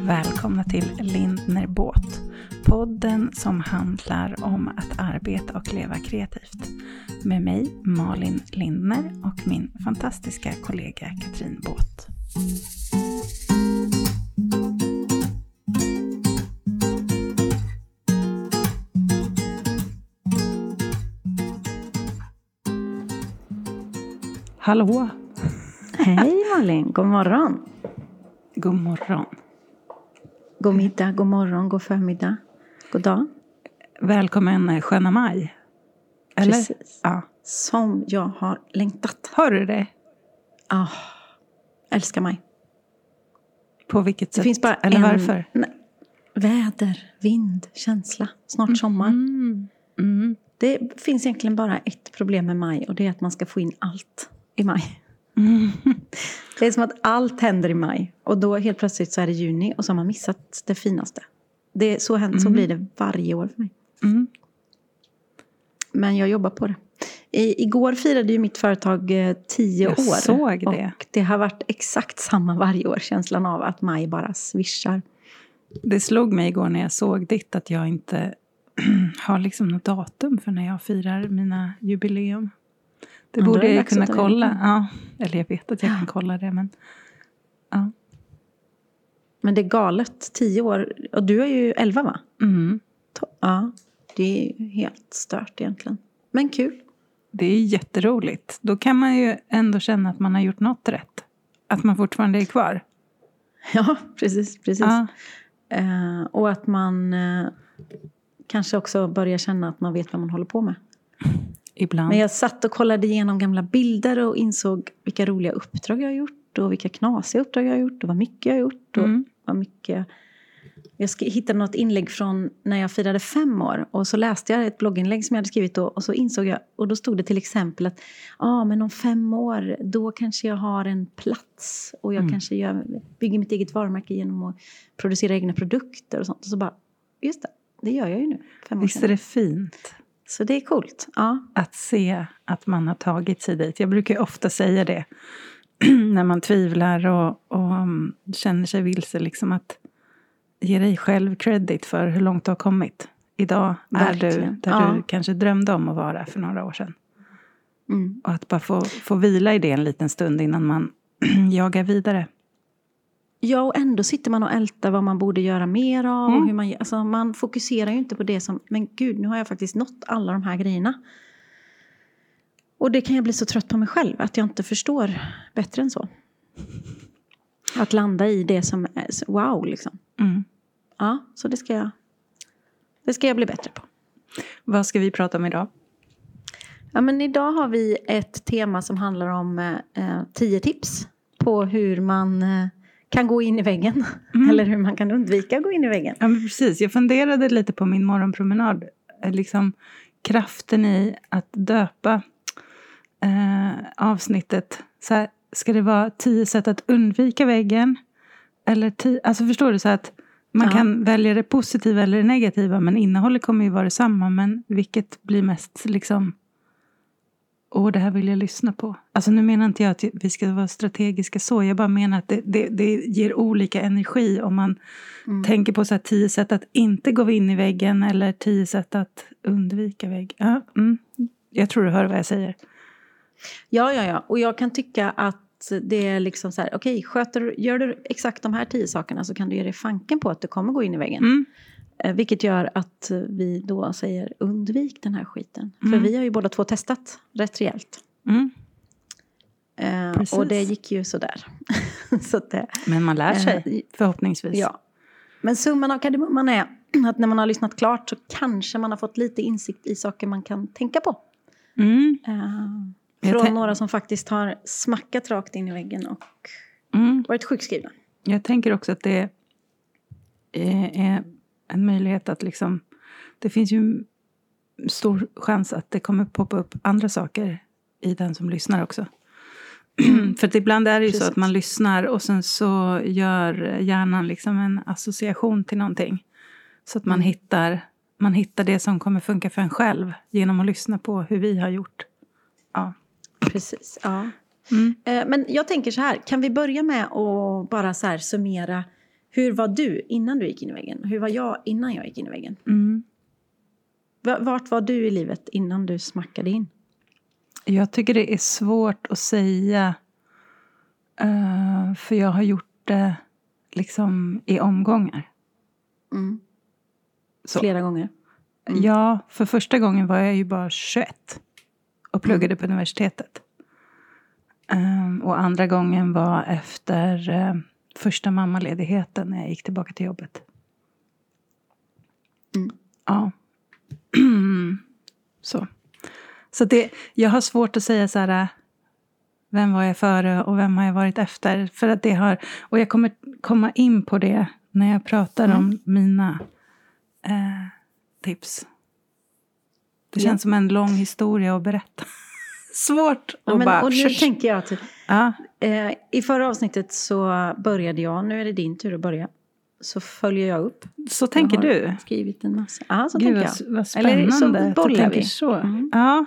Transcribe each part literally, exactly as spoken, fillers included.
välkomna till Lindner Båt. Podden som handlar om att arbeta och leva kreativt. Med mig Malin Lindner och min fantastiska kollega Katrin Båt. Hallå! Hej Malin, god morgon. God morgon. God middag, god morgon, god förmiddag, god dag. Välkommen sköna maj. Eller? Precis. Ja. Som jag har längtat. Har du det? Ja, oh, älskar maj. På vilket sätt? Det finns bara Eller en, varför? Nej, väder, vind, känsla, snart mm. sommar. Mm. Mm. Det finns egentligen bara ett problem med maj och det är att man ska få in allt i maj. Mm. Det är som att allt händer i maj och då helt plötsligt så är det juni och så har man missat det finaste. Det är så, händer, mm. så blir det varje år för mig. Mm. Men jag jobbar på det. I, igår firade ju mitt företag eh, tio jag år. Jag såg det. Och det har varit exakt samma varje år. Känslan av att maj bara svischar. Det slog mig igår när jag såg ditt att jag inte har liksom något datum för när jag firar mina jubileum. Det borde jag ju kunna kolla. Ja, eller jag vet att jag kan kolla det. Men, ja. men det är galet. Tio år. Och du är ju elva va? Mm. Ja, det är ju helt stört egentligen. Men kul. Det är jätteroligt. Då kan man ju ändå känna att man har gjort något rätt. Att man fortfarande är kvar. Ja, precis. precis. Ja. Uh, och att man uh, kanske också börjar känna att man vet vad man håller på med. Ibland. Men jag satt och kollade igenom gamla bilder och insåg vilka roliga uppdrag jag har gjort. Och vilka knasiga uppdrag jag har gjort. Och vad mycket jag har gjort. Och mm. vad mycket... Jag hittade något inlägg från när jag firade fem år. Och så läste jag ett blogginlägg som jag hade skrivit då. Och så insåg jag, och då stod det till exempel att ja ah, men om fem år då kanske jag har en plats. Och jag mm. kanske gör, bygger mitt eget varumärke genom att producera egna produkter och sånt. Och så bara, just det, det gör jag ju nu. Fem år Visst är det fint? Så det är coolt, ja. Att se att man har tagit sig dit. Jag brukar ju ofta säga det när man tvivlar och, och um, känner sig vilse. Liksom att ge dig själv credit för hur långt du har kommit. Idag är du där ja. du kanske drömde om att vara för några år sedan. Mm. Och att bara få, få vila i det en liten stund innan man jagar vidare. Ja, och ändå sitter man och ältar vad man borde göra mer av. Mm. Och hur man, alltså man fokuserar ju inte på det som, men gud, nu har jag faktiskt nått alla de här grejerna. Och det kan jag bli så trött på mig själv, att jag inte förstår bättre än så. Att landa i det som är wow, liksom. Mm. Ja, så det ska jag, det ska jag bli bättre på. Vad ska vi prata om idag? Ja, men idag har vi ett tema som handlar om eh, tio tips på hur man... Eh, kan gå in i väggen. Mm. Eller hur man kan undvika att gå in i väggen. Ja, men precis. Jag funderade lite på min morgonpromenad. Liksom kraften i att döpa eh, avsnittet. Så här, ska det vara tio sätt att undvika väggen? Eller tio, alltså förstår du så att man ja. kan välja det positiva eller det negativa. Men innehållet kommer ju vara detsamma. Men vilket blir mest liksom... Och det här vill jag lyssna på. Alltså nu menar inte jag att vi ska vara strategiska så. Jag bara menar att det, det, det ger olika energi. Om man mm. tänker på så här tio sätt att inte gå in i väggen. Eller tio sätt att undvika vägg. Ja, mm. Jag tror du hör vad jag säger. Ja, ja, ja. Och jag kan tycka att det är liksom så här. Okej, okay, sköter, gör du exakt de här tio sakerna. Så kan du ge dig fanken på att du kommer gå in i väggen. Mm. Vilket gör att vi då säger undvik den här skiten. Mm. För vi har ju båda två testat rätt rejält. Mm. Eh, och det gick ju sådär. Så det, men man lär sig eh, förhoppningsvis. Ja. Men summan av kardemumman är att när man har lyssnat klart så kanske man har fått lite insikt i saker man kan tänka på. Mm. Eh, från t- några som faktiskt har smackat rakt in i väggen och mm. varit sjukskrivna. Jag tänker också att det är... är en möjlighet att liksom, det finns ju stor chans att det kommer poppa upp andra saker i den som lyssnar också. Mm. För att ibland är det ju Precis. så att man lyssnar och sen så gör hjärnan liksom en association till någonting. Så att man mm. hittar, man hittar det som kommer funka för en själv genom att lyssna på hur vi har gjort. Ja. Precis, ja. Mm. Men jag tänker så här, kan vi börja med att bara så här summera Hur var du innan du gick in i väggen? Hur var jag innan jag gick in i väggen? Mm. Vart var du i livet innan du smackade in? Jag tycker det är svårt att säga. Uh, för jag har gjort det liksom i omgångar. Mm. Flera gånger? Mm. Ja, för första gången var jag ju bara tjugoett. Och pluggade mm. på universitetet. Um, och andra gången var efter uh, första mammaledigheten när jag gick tillbaka till jobbet. Mm. Ja. så. Så det, jag har svårt att säga så här, vem var jag före och vem har jag varit efter? För att det har, och jag kommer komma in på det när jag pratar mm. om mina eh, tips. Det känns ja. som en lång historia att berätta. Svårt ja, att men, bara... Och nu tänker jag att ja. eh, i förra avsnittet så började jag, nu är det din tur att börja. Så följer jag upp. Så tänker jag har du? Skrivit en massa. Ja, så Gud, tänker vad, jag. Vad spännande. Eller så bollar vi. Så. Mm. Ja.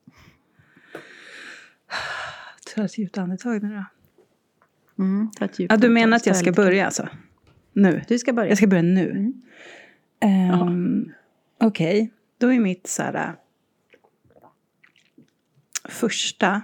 Ta ett djupt andetag nu då. Mm, ta ett djupt ja, du menar andetag. att jag ska börja alltså? Nu? Du ska börja. Jag ska börja nu. Mm. Um, Okej, okay. Då är mitt så här, första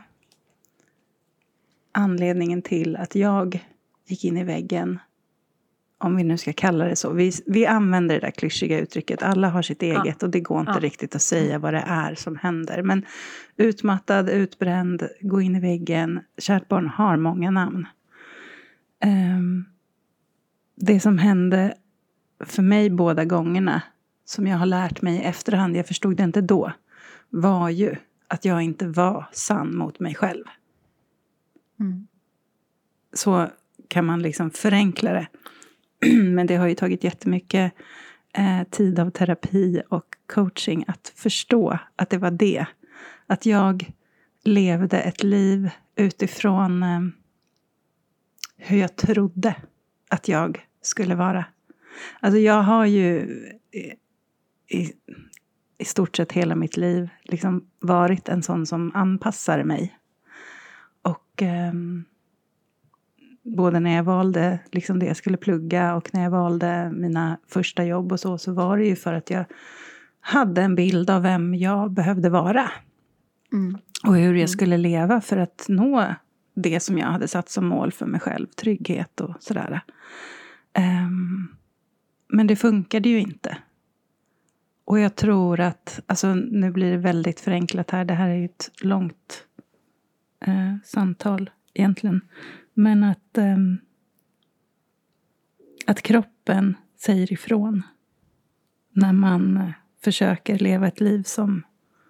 anledningen till att jag gick in i väggen, om vi nu ska kalla det så. Vi, vi använder det där klyschiga uttrycket. Alla har sitt eget ja. och det går inte ja. riktigt att säga vad det är som händer. Men utmattad, utbränd, gå in i väggen. Kärt barn har många namn. Um, det som hände för mig båda gångerna, som jag har lärt mig i efterhand, jag förstod det inte då, var ju att jag inte var sann mot mig själv. Mm. Så kan man liksom förenkla det. Men det har ju tagit jättemycket eh, tid av terapi och coaching att förstå att det var det. Att jag levde ett liv utifrån eh, hur jag trodde att jag skulle vara. Alltså jag har ju i, i, i stort sett hela mitt liv liksom varit en sån som anpassar mig. Och... Eh, både när jag valde liksom det jag skulle plugga och när jag valde mina första jobb och så, så var det ju för att jag hade en bild av vem jag behövde vara. Mm. Och hur jag skulle leva för att nå det som jag hade satt som mål för mig själv. Trygghet och sådär. Um, men det funkade ju inte. Och jag tror att, alltså nu blir det väldigt förenklat här. Det här är ju ett långt uh, samtal egentligen. Men att, um, att kroppen säger ifrån när man uh, försöker leva ett liv som,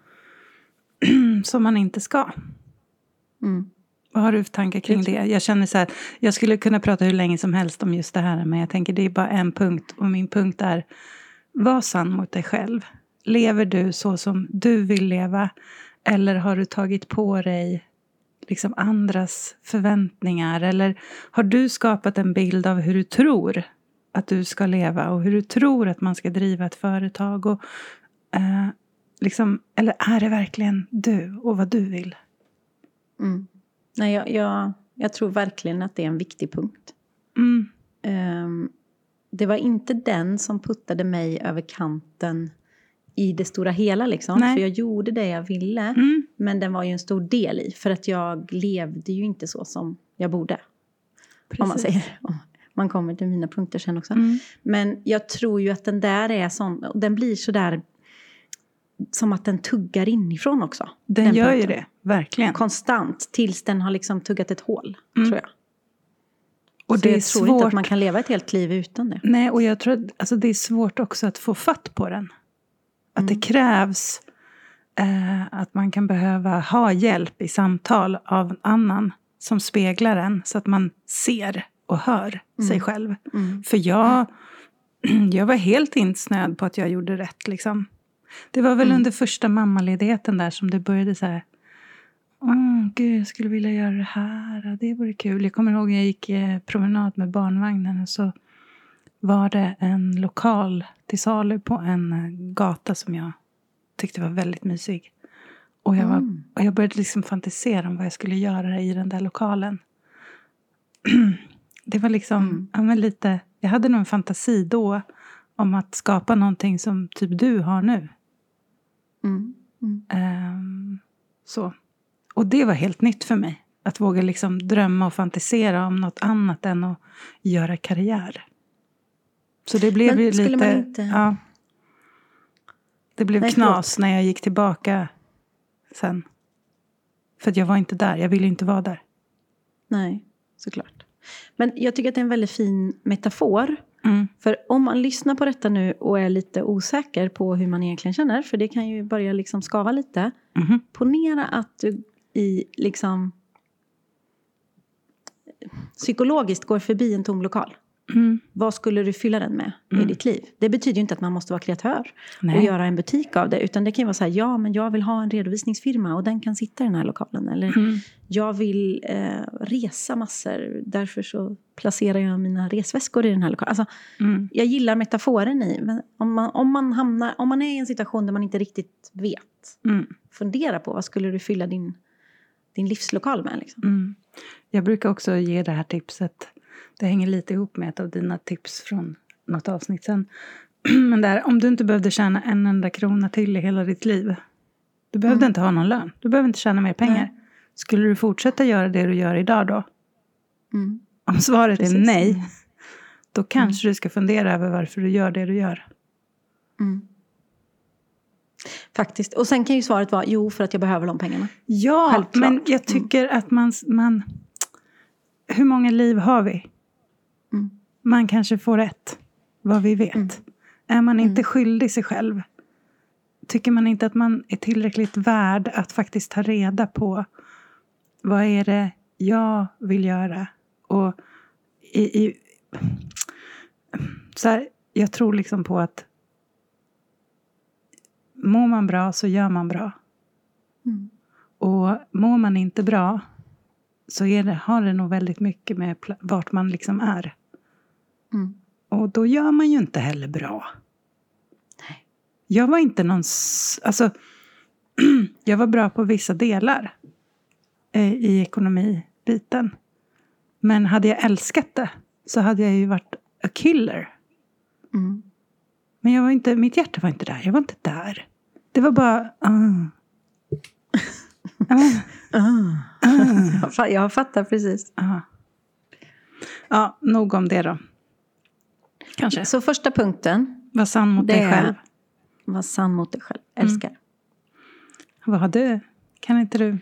som man inte ska. Mm. Vad har du för tankar kring det? Jag känner så här, jag skulle kunna prata hur länge som helst om just det här. Men jag tänker det är bara en punkt. Och min punkt är, var sann mot dig själv. Lever du så som du vill leva? Eller har du tagit på dig liksom andras förväntningar? Eller har du skapat en bild av hur du tror att du ska leva? Och hur du tror att man ska driva ett företag? Och, eh, liksom, eller är det verkligen du och vad du vill? Mm. Nej, jag, jag, jag tror verkligen att det är en viktig punkt. Mm. Um, det var inte den som puttade mig över kanten i det stora hela liksom. Nej. För jag gjorde det jag ville. Mm. Men den var ju en stor del i. För att jag levde ju inte så som jag borde. Precis. Om man säger. Om man kommer till mina punkter sen också. Mm. Men jag tror ju att den där är sån. Den blir så där. Som att den tuggar inifrån också. Den, den gör ju det, verkligen. Konstant, tills den har liksom tuggat ett hål, mm. tror jag. Och så det jag är tror svårt. inte att man kan leva ett helt liv utan det. Nej, och jag tror att alltså, det är svårt också att få fatt på den. Att mm. det krävs eh, att man kan behöva ha hjälp i samtal av en annan som speglar en. Så att man ser och hör mm. sig själv. Mm. För jag, jag var helt insnöd på att jag gjorde rätt liksom. Det var väl mm. under första mammaledigheten där som det började så här. Åh gud, jag skulle vilja göra det här. Det vore kul. Jag kommer ihåg jag gick eh, promenad med barnvagnen. Och så var det en lokal till salu på en eh, gata som jag tyckte var väldigt mysig. Och jag, var, mm. och jag började liksom fantisera om vad jag skulle göra i den där lokalen. Det var liksom mm. ja, men lite Jag hade nog en fantasi då om att skapa någonting som typ du har nu. Mm. Mm. Um, så. Och det var helt nytt för mig. Att våga liksom drömma och fantisera om något annat än att göra karriär. Så det blev Men ju skulle lite... man inte... Ja, det blev Nej, knas förlåt. när jag gick tillbaka sen. För att jag var inte där. Jag ville inte vara där. Nej, såklart. Men jag tycker att det är en väldigt fin metafor. Mm. För om man lyssnar på detta nu och är lite osäker på hur man egentligen känner. För det kan ju börja liksom skava lite. Mm. Ponera att du i liksom psykologiskt går förbi en tom lokal. Mm. Vad skulle du fylla den med Mm. i ditt liv? Det betyder ju inte att man måste vara kreatör Nej. och göra en butik av det. Utan det kan ju vara så här, ja men jag vill ha en redovisningsfirma och den kan sitta i den här lokalen. Eller Mm. jag vill eh, resa massor, därför så placerar jag mina resväskor i den här lokalen. Alltså, Mm. jag gillar metaforen i, men om man, om, man hamnar, om man är i en situation där man inte riktigt vet, Mm. fundera på vad skulle du fylla din, din livslokal med liksom. Mm. Jag brukar också ge det här tipset. Det hänger lite ihop med ett av dina tips från något avsnitt sen. Men där, om du inte behövde tjäna en enda krona till i hela ditt liv. Du behövde Mm. inte ha någon lön. Du behöver inte tjäna mer pengar. Nej. Skulle du fortsätta göra det du gör idag då? Mm. Om svaret Precis. är nej. Då kanske du ska fundera över varför du gör det du gör. Mm. Faktiskt. Och sen kan ju svaret vara, jo för att jag behöver de pengarna. Ja, Självklart. men jag tycker mm. att man, man... Hur många liv har vi? Mm. Man kanske får rätt. Vad vi vet. Mm. Är man inte Mm. skyldig sig själv? Tycker man inte att man är tillräckligt värd att faktiskt ta reda på vad är det jag vill göra? Och i, i, så här, jag tror liksom på att mår man bra så gör man bra. Mm. Och mår man inte bra så är det, har det nog väldigt mycket med pl- vart man liksom är. Mm. Och då gör man ju inte heller bra. Nej. Jag var inte någon... s- Alltså, jag var bra på vissa delar eh, i ekonomibiten. Men hade jag älskat det så hade jag ju varit a killer. Mm. Men jag var inte, mitt hjärta var inte där. Jag var inte där. Det var bara... Uh. uh. Uh. Uh. Jag fattar precis. Uh. Ja, nog om det då. Kanske. Så första punkten. Var sann mot Det dig är- själv. Var sann mot dig själv. Älskar. Mm. Vad har du? Kan inte du?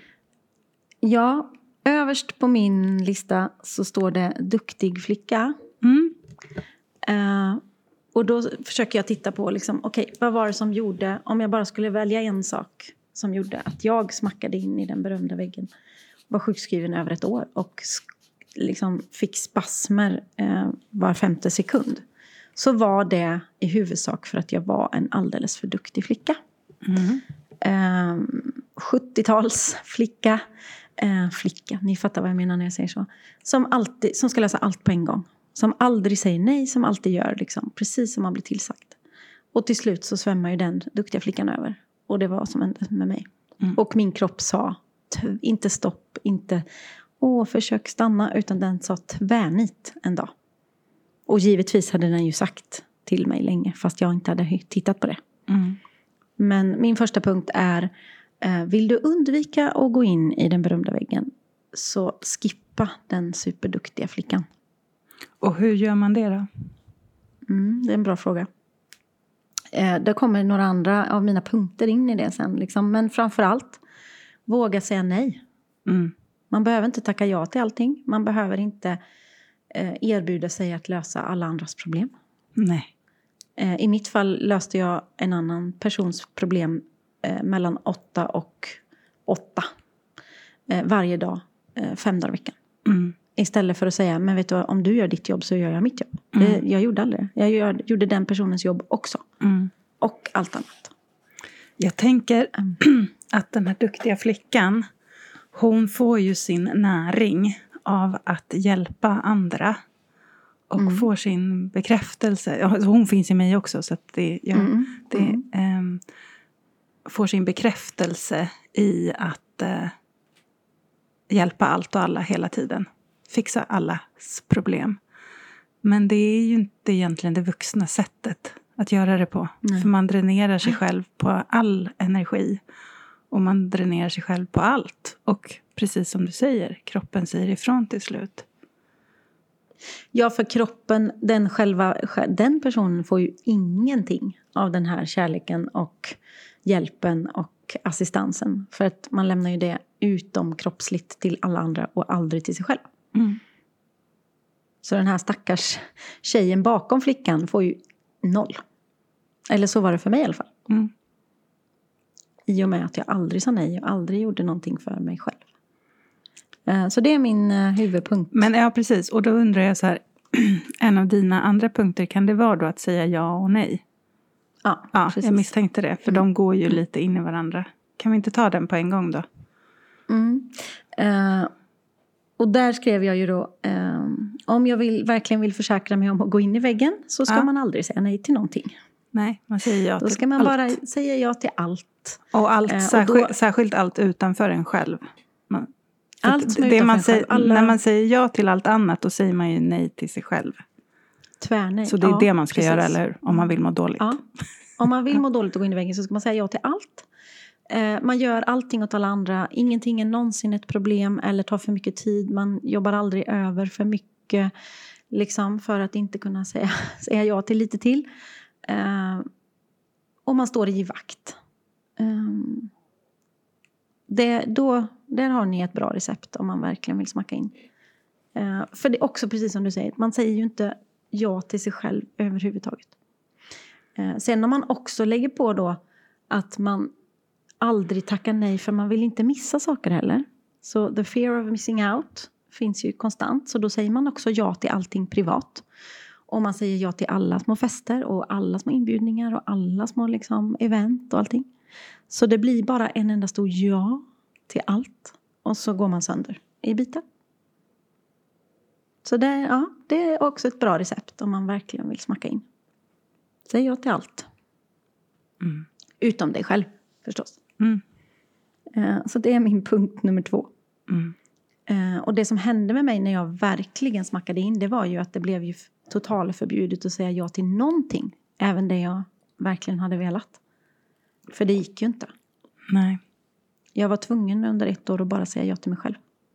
Ja, överst på min lista så står det duktig flicka. Mm. Eh, och då försöker jag titta på, liksom, okej, vad var det som gjorde, om jag bara skulle välja en sak som gjorde att jag smackade in i den berömda väggen. Var sjukskriven över ett år och liksom fick spasmer eh, var femte sekund. Så var det i huvudsak för att jag var en alldeles för duktig flicka. Mm. Eh, sjuttio-tals flicka. Eh, flicka, ni fattar vad jag menar när jag säger så. Som, alltid, som ska läsa allt på en gång. Som aldrig säger nej, som alltid gör liksom, precis som man blir tillsagt. Och till slut så svämmar ju den duktiga flickan över. Och det var som hände med mig. Mm. Och min kropp sa, t- inte stopp, inte åh, försök stanna. Utan den sa tvärnit en dag. Och givetvis hade den ju sagt till mig länge, fast jag inte hade tittat på det. Mm. Men min första punkt är, eh, vill du undvika att gå in i den berömda väggen, så skippa den superduktiga flickan. Och hur gör man det då? Mm, det är en bra fråga. Eh, det kommer några andra av mina punkter in i det sen. Liksom. Men framförallt, våga säga nej. Mm. Man behöver inte tacka ja till allting. Man behöver inte eh, erbjuda sig att lösa alla andras problem. Nej. Eh, I mitt fall löste jag en annan persons problem eh, mellan åtta och åtta. Eh, varje dag, eh, fem dagar i veckan. Mm. Istället för att säga, men vet du vad, om du gör ditt jobb så gör jag mitt jobb. Mm. Det, jag gjorde aldrig det. Jag gör, gjorde den personens jobb också. Mm. Och allt annat. Jag tänker Mm. att den här duktiga flickan, hon får ju sin näring av att hjälpa andra. Och Mm. får sin bekräftelse. Ja, alltså hon finns i mig också. Så att det, ja, Mm. det Mm. ehm, får sin bekräftelse i att eh, hjälpa allt och alla hela tiden. Fixa allas problem. Men det är ju inte egentligen det vuxna sättet att göra det på. Nej. För man dränerar sig själv på all energi. Och man dränerar sig själv på allt. Och precis som du säger, kroppen säger ifrån till slut. Ja, för kroppen, den, själva, den personen får ju ingenting av den här kärleken och hjälpen och assistansen. För att man lämnar ju det utom kroppsligt till alla andra och aldrig till sig själv. Mm. Så den här stackars tjejen bakom flickan får ju noll. Eller så var det för mig i alla fall. Mm. I och med att jag aldrig sa nej och aldrig gjorde någonting för mig själv. Så det är min huvudpunkt. Men ja, precis. Och då undrar jag så här. En av dina andra punkter, kan det vara då att säga ja och nej? Ja, ja precis. Jag misstänkte det. För mm. de går ju mm. lite in i varandra. Kan vi inte ta den på en gång då? Mm. Uh, och där skrev jag ju då. Uh, om jag vill, verkligen vill försäkra mig om att gå in i väggen. Så ska ja. man aldrig säga nej till någonting. Nej, man säger ja till allt. Då ska man allt. bara säga ja till allt. Och allt, uh, särskilt, och då, särskilt allt utanför en själv. Man, allt som är det man säger, alla... När man säger ja till allt annat, då säger man ju nej till sig själv. Tvärnej. Så det är ja, det man ska precis. göra, eller om man vill må dåligt. Ja. Om man vill må dåligt och gå in i väggen så ska man säga ja till allt. Eh, man gör allting åt alla andra. Ingenting är någonsin ett problem eller tar för mycket tid. Man jobbar aldrig över för mycket. Liksom för att inte kunna säga, säga ja till lite till. Eh, och man står i vakt. Eh, det, då, där har ni ett bra recept om man verkligen vill smacka in. Eh, för det är också precis som du säger. Man säger ju inte ja till sig själv överhuvudtaget. Eh, sen om man också lägger på då att man aldrig tackar nej för man vill inte missa saker heller. Så the fear of missing out finns ju konstant. Så då säger man också ja till allting privat. Och man säger ja till alla små fester och alla små inbjudningar och alla små liksom event och allting. Så det blir bara en enda stor ja till allt. Och så går man sönder i bitar. Så det, ja, det är också ett bra recept om man verkligen vill smacka in. Säg ja till allt. Mm. Utom dig själv förstås. Mm. Uh, så det är min punkt nummer två. Mm. Uh, och det som hände med mig när jag verkligen smackade in, det var ju att det blev ju totalförbjudet att säga ja till någonting. Även det jag verkligen hade velat. För det gick ju inte. Nej. Jag var tvungen under ett år att bara säga ja till mig själv.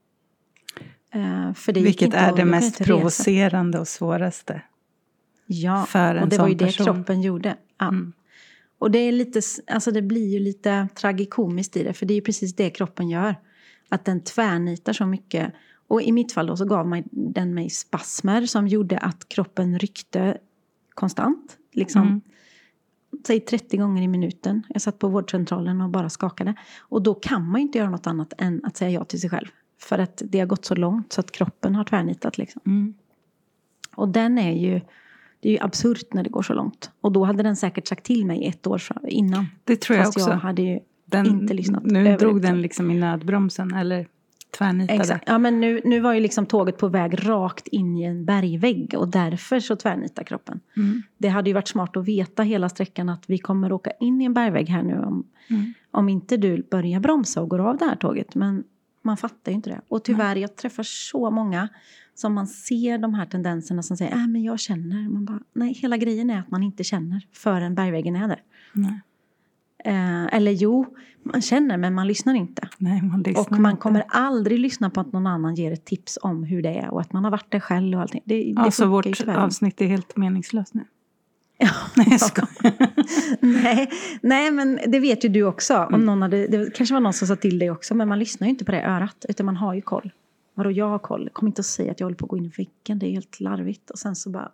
Uh, för det Vilket gick inte är det mest provocerande och svåraste. Ja, för en och det var ju det person. kroppen gjorde. Ja. Mm. Och det är lite, alltså det blir ju lite tragikomiskt i det. För det är ju precis det kroppen gör. Att den tvärnitar så mycket. Och i mitt fall då så gav mig, den mig spasmer som gjorde att kroppen ryckte konstant. Liksom, mm. säg trettio gånger i minuten. Jag satt på vårdcentralen och bara skakade. Och då kan man ju inte göra något annat än att säga ja till sig själv. För att det har gått så långt så att kroppen har tvärnitat liksom. Mm. Och den är ju... Det är ju absurt när det går så långt. Och då hade den säkert sagt till mig ett år innan. Det tror jag Fast också. jag hade ju den, inte lyssnat. Nu drog den liksom i nödbromsen. Eller tvärnitade. Exakt. Ja, men nu, nu var ju liksom tåget på väg rakt in i en bergvägg. Och därför så tvärnitar kroppen. Mm. Det hade ju varit smart att veta hela sträckan. Att vi kommer åka in i en bergvägg här nu. Om, mm. om inte du börjar bromsa och går av det här tåget. Men man fattar ju inte det. Och tyvärr, mm. jag träffar så många... Som man ser de här tendenserna som säger, äh, men jag känner. Man bara, nej, hela grejen är att man inte känner förrän bergväggen är där. Nej. Eh, eller jo, man känner men man lyssnar inte. Nej, man lyssnar och man inte. kommer aldrig lyssna på att någon annan ger ett tips om hur det är. Och att man har varit där själv och allting. Det, det alltså vårt avsnitt är helt meningslöst nu. Ja. Nej, jag ska. nej, nej, men det vet ju du också. Om mm. någon hade, det kanske var någon som sa till dig också. Men man lyssnar ju inte på det örat. Utan man har ju koll. Vadå, jag har koll. Kom inte att säga att jag håller på att gå in i väggen. Det är helt larvigt. Och sen så bara...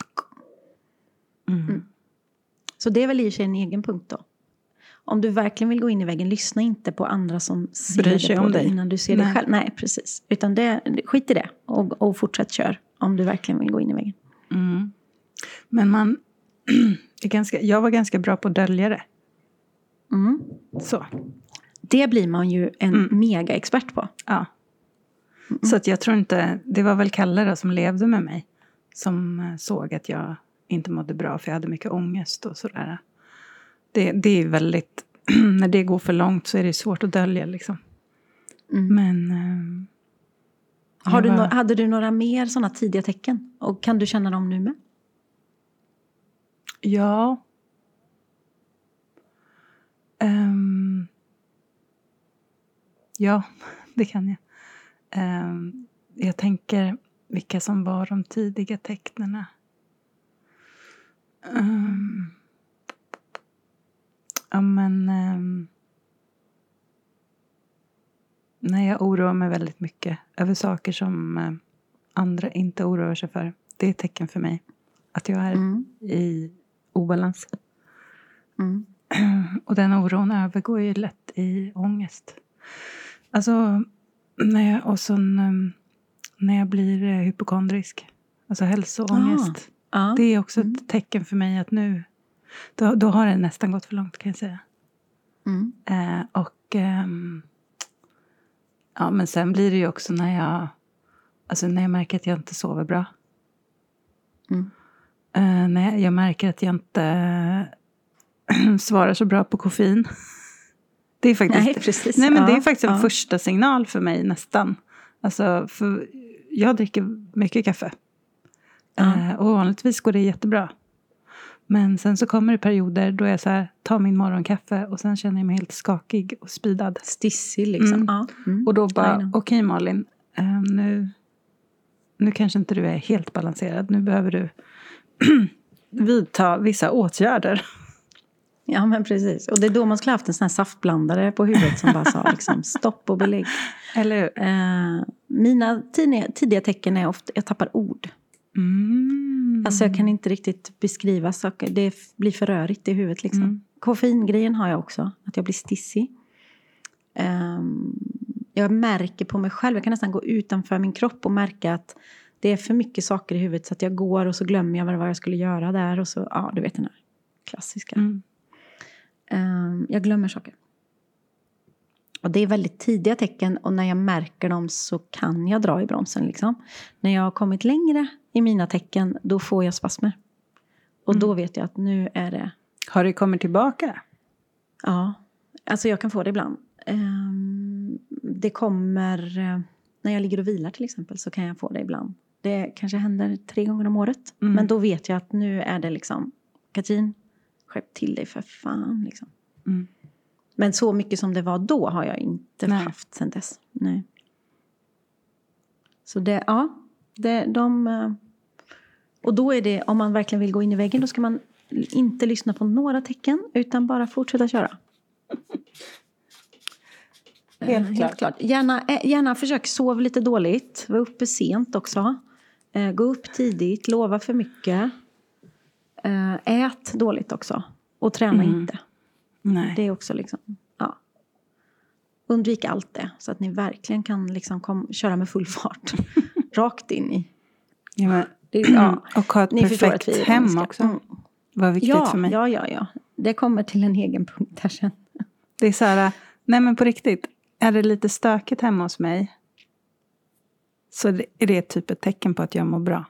Mm. Mm. Så det är väl i sig en egen punkt då. Om du verkligen vill gå in i väggen, lyssna inte på andra som ser Bryr sig det på om dig dig innan du ser Nej. det själv. Nej, precis. Utan det, skit i det. Och, och fortsätt kör. Om du verkligen vill gå in i väggen. Mm. Men man... är ganska, jag var ganska bra på att dölja det. Mm. Så. Det blir man ju en mm. mega-expert på. Ja. Mm. Så att jag tror inte, det var väl Kalle då som levde med mig. Som såg att jag inte mådde bra för jag hade mycket ångest och sådär. Det, det är väldigt, när det går för långt så är det svårt att dölja liksom. Mm. Men, Har du var... no- hade du några mer sådana tidiga tecken? Och kan du känna dem nu med? Ja. Um... Ja, det kan jag. Um... Jag tänker vilka som var de tidiga tecknena. Um... Ja, men... Um... När jag oroar mig väldigt mycket över saker som uh, andra inte oroar sig för. Det är ett tecken för mig. Att jag är mm. i obalans. Mm. Och den oron övergår ju lätt i ångest. Alltså, när jag, och sen, um, när jag blir uh, hypokondrisk. Alltså hälsoångest. Ah. Ah. Det är också mm. ett tecken för mig att nu... Då, då har det nästan gått för långt, kan jag säga. Mm. Uh, och... Um, Ja, men sen blir det ju också när jag... Alltså när jag märker att jag inte sover bra. Mm. Uh, när jag, jag märker att jag inte uh, svarar så bra på koffein. Det är faktiskt... Nej, precis. Nej, men ja, det är faktiskt en ja. första signal för mig nästan. Alltså, för jag dricker mycket kaffe. Ja. Uh, och vanligtvis går det jättebra. Men sen så kommer det perioder då jag så här, tar min morgonkaffe och sen känner jag mig helt skakig och spidad. Stissig liksom. Mm. Ja. Mm. Och då bara, okej okay, Malin, um, nu, nu kanske inte du är helt balanserad. Nu behöver du vidta vissa åtgärder. Ja, men precis. Och det är då man skulle haft en sån här saftblandare på huvudet som bara sa liksom, stopp och belägg. Eller hur? Uh, mina tidiga, tidiga tecken är ofta, jag tappar ord. Mm. Alltså jag kan inte riktigt beskriva saker. Det blir för rörigt i huvudet liksom. Mm. Koffeingrejen har jag också. Att jag blir stissig. Um, jag märker på mig själv. Jag kan nästan gå utanför min kropp och märka att det är för mycket saker i huvudet. Så att jag går och så glömmer jag vad jag skulle göra där. Och så, ja du vet den här klassiska. Mm. Um, jag glömmer saker. Och det är väldigt tidiga tecken. Och när jag märker dem så kan jag dra i bromsen liksom. När jag har kommit längre i mina tecken, då får jag spasmer. Och mm. då vet jag att nu är det... Har det kommit tillbaka? Ja, alltså jag kan få det ibland. Um, det kommer... Uh, när jag ligger och vilar till exempel så kan jag få det ibland. Det kanske händer tre gånger om året. Mm. Men då vet jag att nu är det liksom... Katrin, skärp till dig för fan liksom. Mm. Men så mycket som det var då har jag inte Nej. haft sedan dess. Nej. Så det, ja. Det, de, och då är det, om man verkligen vill gå in i väggen, då ska man inte lyssna på några tecken, utan bara fortsätta köra. Helt, Helt klart. klart. Gärna, gärna försök sova lite dåligt. Var uppe sent också. Gå upp tidigt, lova för mycket. Ät dåligt också. Och träna Mm. inte. Nej. Det är också liksom, ja. Undvik allt det. Så att ni verkligen kan liksom kom, köra med full fart. Rakt in i. Ja, men, det, ja. Och ha ett Ni perfekt hem också. Mm. Var viktigt ja, för mig. Ja, ja, ja. Det kommer till en egen punkt här sen. Det är så här, nej men på riktigt. Är det lite stökigt hemma hos mig, så är det typ ett tecken på att jag mår bra.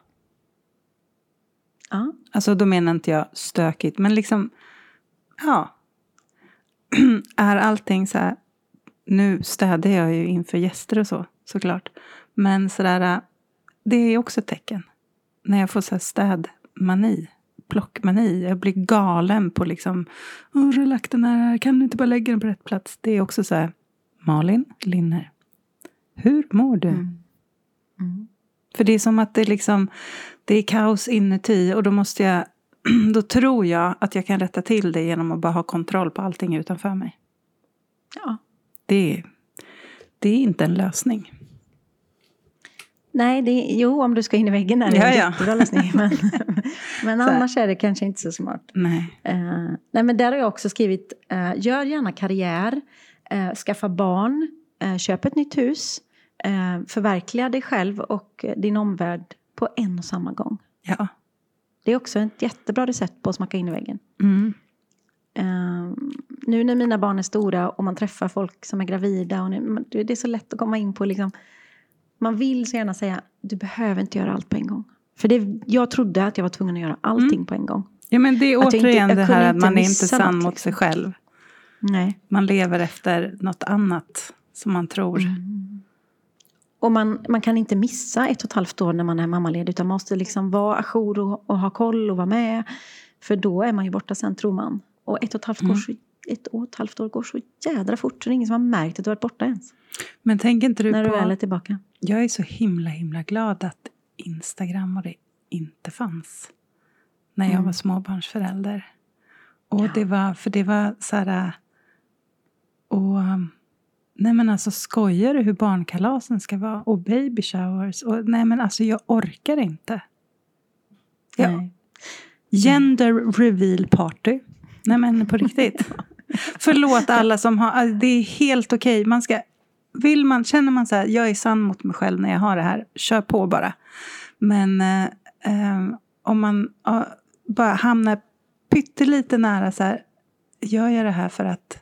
Ja. Alltså då menar inte jag stökigt. Men liksom, ja. Är allting så här, nu städar jag ju inför gäster och så, såklart. Men sådär, det är ju också ett tecken. När jag får så här städmani, plockmani. Jag blir galen på liksom, åh, rullakten är här, kan du inte bara lägga den på rätt plats? Det är också så här, Malin Linner, hur mår du? Mm. Mm. För det är som att det liksom, det är kaos inuti och då måste jag, då tror jag att jag kan rätta till det genom att bara ha kontroll på allting utanför mig. Ja. Det, det är inte en lösning. Nej, det är, jo, om du ska in i väggen är det ja, en ja. jättebra lösning. Men, men annars är det kanske inte så smart. Nej. Uh, nej, men där har jag också skrivit, uh, gör gärna karriär, uh, skaffa barn, uh, köp ett nytt hus, uh, förverkliga dig själv och din omvärld på en och samma gång. Ja. Det är också ett jättebra recept på att smacka in i väggen. Mm. Uh, nu när mina barn är stora och man träffar folk som är gravida. Och nu, det är så lätt att komma in på liksom, man vill så gärna säga, du behöver inte göra allt på en gång. För det, jag trodde att jag var tvungen att göra allting mm. på en gång. Ja, men det är att återigen inte, det här att man är inte sann något, mot liksom. sig själv. Nej. Man lever efter något annat som man tror. Mm. Och man, man kan inte missa ett och ett halvt år när man är mammaledig. Utan man måste liksom vara ajour och, och ha koll och vara med. För då är man ju borta sen, tror man. Och ett och ett halvt, mm. år, så, ett och ett halvt år går så jädra fort. Så det är ingen som har märkt att du har varit borta ens. Men tänker inte du när på... du väl är tillbaka. Jag är så himla himla glad att Instagram och det inte fanns. När jag mm. var småbarnsförälder. Och ja. det var... För det var så här... Och... Nej men alltså skojar du hur barnkalasen ska vara? Och baby showers. Och, nej men alltså jag orkar inte. Ja. Nej. Gender reveal party. Nej men på riktigt. Förlåt alla som har. Alltså, det är helt okej. Man ska. Vill man. Känner man så här. Jag är sann mot mig själv när jag har det här. Kör på bara. Men. Eh, om man. Eh, bara hamnar. Pyttelite nära så här. Gör jag det här för att.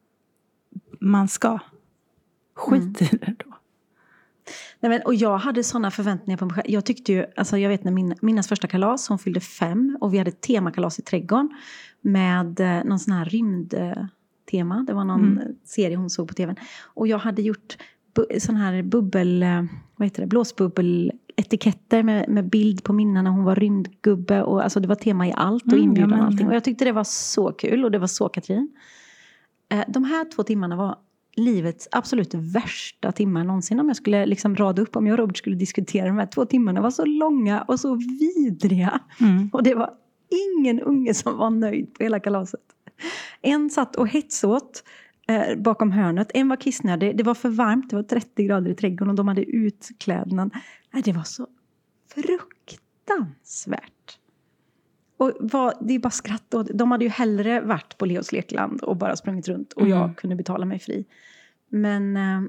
Man ska. Skit mm. i det då. Nej, men, och jag hade sådana förväntningar på mig själv. Jag tyckte ju, alltså jag vet när min, Minnas första kalas, hon fyllde fem. Och vi hade ett temakalas i trädgården. Med eh, någon sån här rymdtema. Det var någon mm. serie hon såg på tvn. Och jag hade gjort bu- sån här bubbel, eh, vad heter det, blåsbubbeletiketter med, med bild på Minna när hon var rymdgubbe. Och alltså det var tema i allt och mm, inbjudan ja, och allting. Och jag tyckte det var så kul och det var så Katrin. Eh, de här två timmarna var livets absolut värsta timmar någonsin. Om jag skulle liksom rada upp, om jag och Robert skulle diskutera de här två timmarna. Var så långa och så vidriga. Mm. Och det var ingen unge som var nöjd på hela kalaset. En satt och hetsåt eh, bakom hörnet. En var kissnödig. Det var för varmt. Det var trettio grader i trädgården och de hade utklädnad. Nej, det var så fruktansvärt. Och vad, det är bara skratt åt. De hade ju hellre varit på Leos lekland och bara sprungit runt. Och jag mm. kunde betala mig fri. Men eh,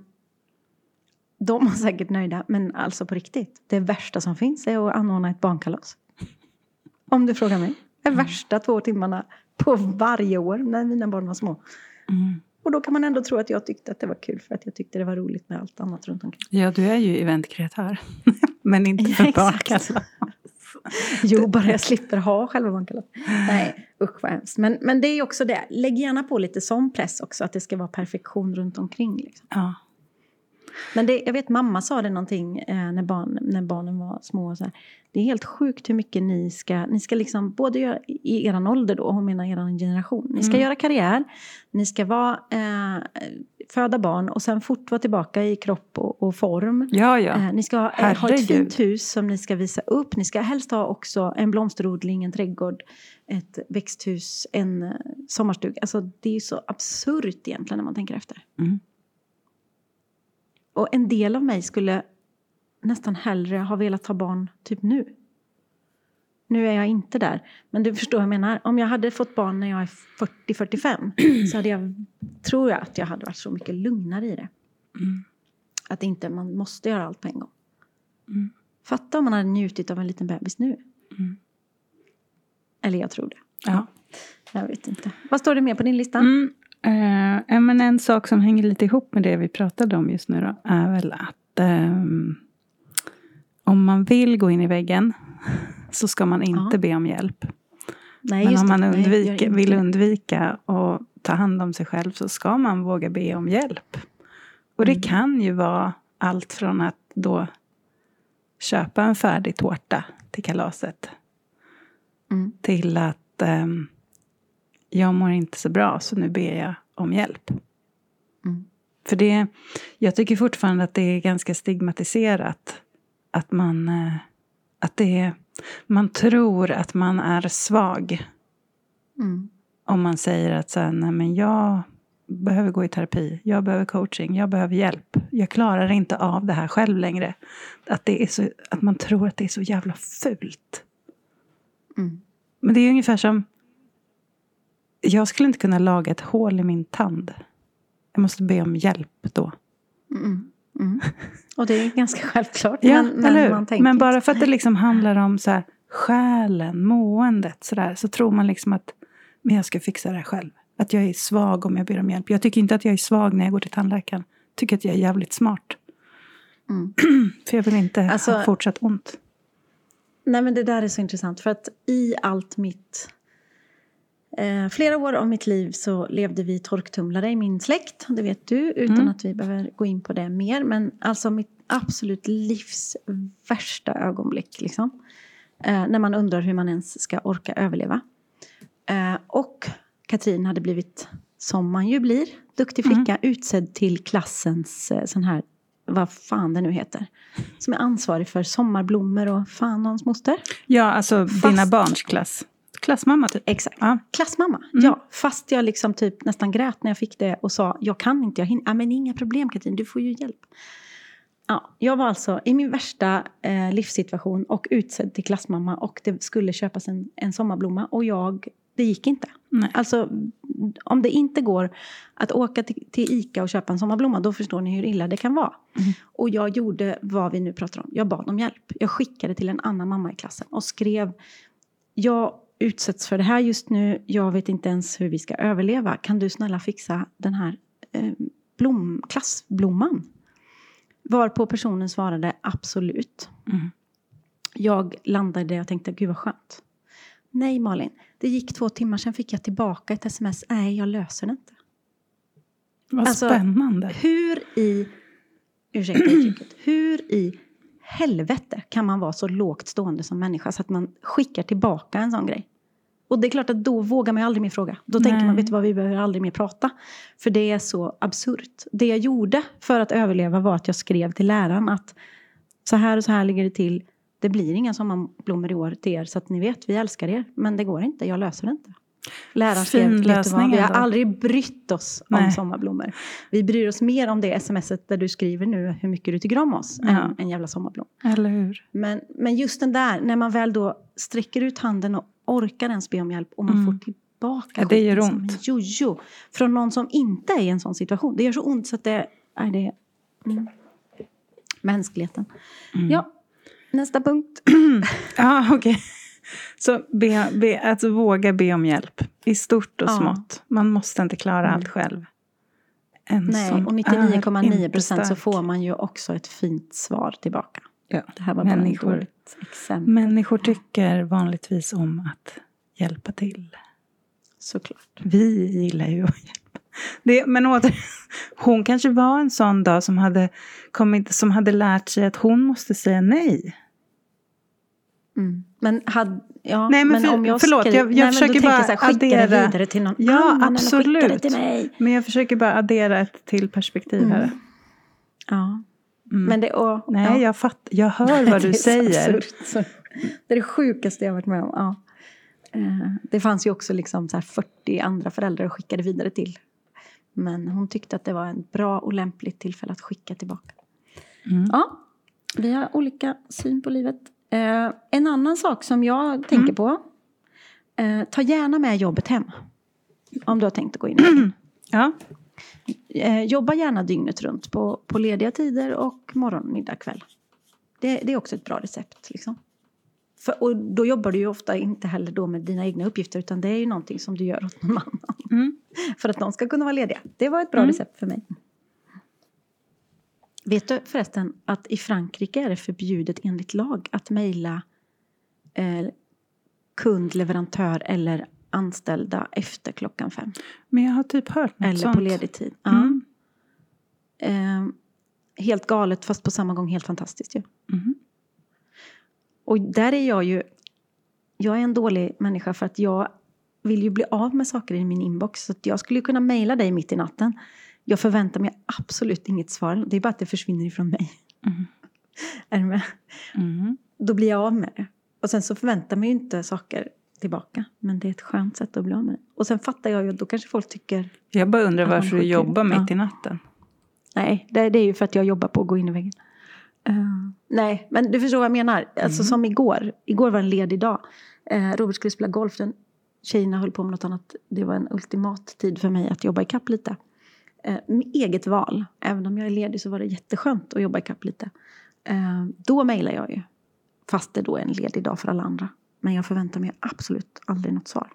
de var säkert nöjda. Men alltså på riktigt. Det värsta som finns är att anordna ett barnkalas. Om du frågar mig. Det mm. värsta två timmarna på varje år när mina barn var små. Mm. Och då kan man ändå tro att jag tyckte att det var kul. För att jag tyckte det var roligt med allt annat runt omkring. Ja, du är ju eventkreatör. Men inte för ja, barnkalas. Jo, bara jag slipper ha själva barnkalas. Nej, usch vad hemskt. Men, men det är ju också det. Lägg gärna på lite sån press också. Att det ska vara perfektion runt omkring. Liksom. Ja. Men det, jag vet, mamma sa det någonting eh, när, barn, när barnen var små. Så här. Det är helt sjukt hur mycket ni ska... Ni ska liksom både göra i eran ålder då. Hon menar eran generation. Ni ska mm. göra karriär. Ni ska vara... Eh, föda barn och sen fort vara tillbaka i kropp och, och form. Ja, ja. Eh, ni ska ha, eh, ha ett fint hus som ni ska visa upp. Ni ska helst ha också en blomsterodling, en trädgård, ett växthus, en eh, sommarstuga. Alltså det är ju så absurt egentligen när man tänker efter. Mm. Och en del av mig skulle nästan hellre ha velat ha barn typ nu. Nu är jag inte där. Men du förstår vad jag menar. Om jag hade fått barn när jag är fyrtio till fyrtiofem. Så hade jag, tror jag att jag hade varit så mycket lugnare i det. Mm. Att inte man måste göra allt på en gång. Mm. Fatta om man hade njutit av en liten bebis nu. Mm. Eller jag tror det. Ja. Jag vet inte. Vad står det mer på din lista? Mm. Uh, men en sak som hänger lite ihop med det vi pratade om just nu då. Är väl att um, om man vill gå in i väggen. Så ska man inte ja. be om hjälp. Nej, men om man undviker, vill undvika och ta hand om sig själv så ska man våga be om hjälp. Och det mm. kan ju vara allt från att då köpa en färdig tårta till kalaset. Mm. Till att um, jag mår inte så bra så nu ber jag om hjälp. Mm. För det, jag tycker fortfarande att det är ganska stigmatiserat att man, att det är, man tror att man är svag. Mm. Om man säger att så här, nej men jag behöver gå i terapi. Jag behöver coaching. Jag behöver hjälp. Jag klarar inte av det här själv längre. Att, det är så, att man tror att det är så jävla fult. Mm. Men det är ungefär som... Jag skulle inte kunna laga ett hål i min tand. Jag måste be om hjälp då. Mm. Mm. Och det är ganska självklart. Ja, men, eller men, man tänker men bara för att det liksom handlar om så här, själen, måendet. Så, där, så tror man liksom att men jag ska fixa det här själv. Att jag är svag om jag ber om hjälp. Jag tycker inte att jag är svag när jag går till tandläkaren. Jag tycker att jag är jävligt smart. Mm. För jag vill inte alltså, ha fortsatt ont. Nej, men det där är så intressant. För att i allt mitt... Eh, flera år av mitt liv så levde vi torktumlare i min släkt. Det vet du. Utan mm. att vi behöver gå in på det mer. Men alltså mitt, absolut livs värsta ögonblick. Liksom. Eh, när man undrar hur man ens ska orka överleva. Eh, och Katrin hade blivit, som man ju blir, duktig flicka, mm. utsedd till klassens eh, sån här, vad fan det nu heter. Som är ansvarig för sommarblommor och fan hans moster. Ja, alltså fast, dina barns klass. Klassmamma typ. Exakt. Ja. Klassmamma, mm. ja. Fast jag liksom typ nästan grät när jag fick det och sa, jag kan inte, jag hinner. Ja, men inga problem Katrin, du får ju hjälp. Ja, jag var alltså i min värsta eh, livssituation och utsedd till klassmamma och det skulle köpas en, en sommarblomma och jag, det gick inte. Nej. Alltså, om det inte går att åka till, till Ica och köpa en sommarblomma, då förstår ni hur illa det kan vara. Mm. Och jag gjorde vad vi nu pratar om. Jag bad om hjälp. Jag skickade till en annan mamma i klassen och skrev, jag utsätts för det här just nu, jag vet inte ens hur vi ska överleva. Kan du snälla fixa den här eh, blom, klassblomman? Varpå personen svarade absolut. Mm. Jag landade och tänkte, gud vad skönt. Nej Malin, det gick två timmar sedan fick jag tillbaka ett sms. Nej, jag löser det inte. Vad alltså, spännande. Hur i, ursäkta uttrycket, hur i helvete kan man vara så lågt stående som människa så att man skickar tillbaka en sån grej? Och det är klart att då vågar man ju aldrig mer fråga. Då Nej. tänker man, vet du vad, vi behöver aldrig mer prata. För det är så absurt. Det jag gjorde för att överleva var att jag skrev till läraren att så här och så här ligger det till. Det blir inga sommarblommor i år till er så att ni vet, vi älskar er. Men det går inte, jag löser det inte. Läraren skrev, vet du vad, vi har aldrig brytt oss Nej. om sommarblommor. Vi bryr oss mer om det smset där du skriver nu hur mycket du tycker om oss ja. än en jävla sommarblom. Eller hur? Men, men just den där, när man väl då sträcker ut handen och orkar ens be om hjälp och man mm. får tillbaka ja, det gör ont. Jojo från någon som inte är i en sån situation. Det gör så ont så att det är det mm. mänskligheten. Mm. Ja, nästa punkt. Ja, okej. Okay. Så be, be, att våga be om hjälp i stort och ja. smått. Man måste inte klara mm. allt själv. En Nej, och nittionio komma nio procent så får man ju också ett fint svar tillbaka. Ja. Det här var människor, bara ett exempel. Människor tycker vanligtvis om att hjälpa till. Såklart. Vi gillar ju att hjälpa. Det, men åter, hon kanske var en sån dag som hade, kommit, som hade lärt sig att hon måste säga nej. Mm. Men, had, ja, nej, men, för, men om jag förlåt, skri- jag, jag nej, försöker bara så här, skicka addera. det vidare till någon ja, annan absolut. Eller skicka det till mig. Men jag försöker bara addera ett till perspektiv mm. här. Ja. Mm. Men det, och, nej, ja. jag, fatt, jag hör vad du säger. Så, det är det sjukaste jag har varit med om. Ja. Uh, det fanns ju också liksom så här fyrtio andra föräldrar att skicka det vidare till. Men hon tyckte att det var en bra och lämpligt tillfälle att skicka tillbaka. Mm. Ja, vi har olika syn på livet. Uh, en annan sak som jag mm. tänker på. Uh, ta gärna med jobbet hem. Om du har tänkt att gå in. Mm. Ja. Uh, jobba gärna dygnet runt på, på lediga tider och morgon, middag, kväll. Det, det är också ett bra recept liksom. För, och då jobbar du ju ofta inte heller då med dina egna uppgifter. Utan det är ju någonting som du gör åt någon annan. Mm. För att de ska kunna vara lediga. Det var ett bra mm. recept för mig. Vet du förresten att i Frankrike är det förbjudet enligt lag att mejla eh, kund, leverantör eller anställda efter klockan fem. Men jag har typ hört något eller sånt. Eller på ledig tid. Mm. Ja. Eh, helt galet fast på samma gång helt fantastiskt ju. Mm. Och där är jag ju, jag är en dålig människa för att jag vill ju bli av med saker i min inbox. Så att jag skulle kunna mejla dig mitt i natten. Jag förväntar mig absolut inget svar. Det är bara att det försvinner ifrån mig. Mm. Är du med? Mm. Då blir jag av med det. Och sen så förväntar man ju inte saker tillbaka. Men det är ett skönt sätt att bli av med det. Och sen fattar jag ju att då kanske folk tycker... Jag bara undrar varför du jobbar mitt ja. i natten. Nej, det, det är ju för att jag jobbar på att gå in i väggen. Uh, nej, men du förstår vad jag menar. Alltså mm. som igår. Igår var en ledig dag. Uh, Robert skulle spela golf. Den tjejerna höll på med något annat. Det var en ultimat tid för mig att jobba i kapp lite. Uh, med eget val. Även om jag är ledig så var det jätteskönt att jobba i kapp lite. Uh, då mejlar jag ju. Fast det då är en ledig dag för alla andra. Men jag förväntar mig absolut aldrig något svar.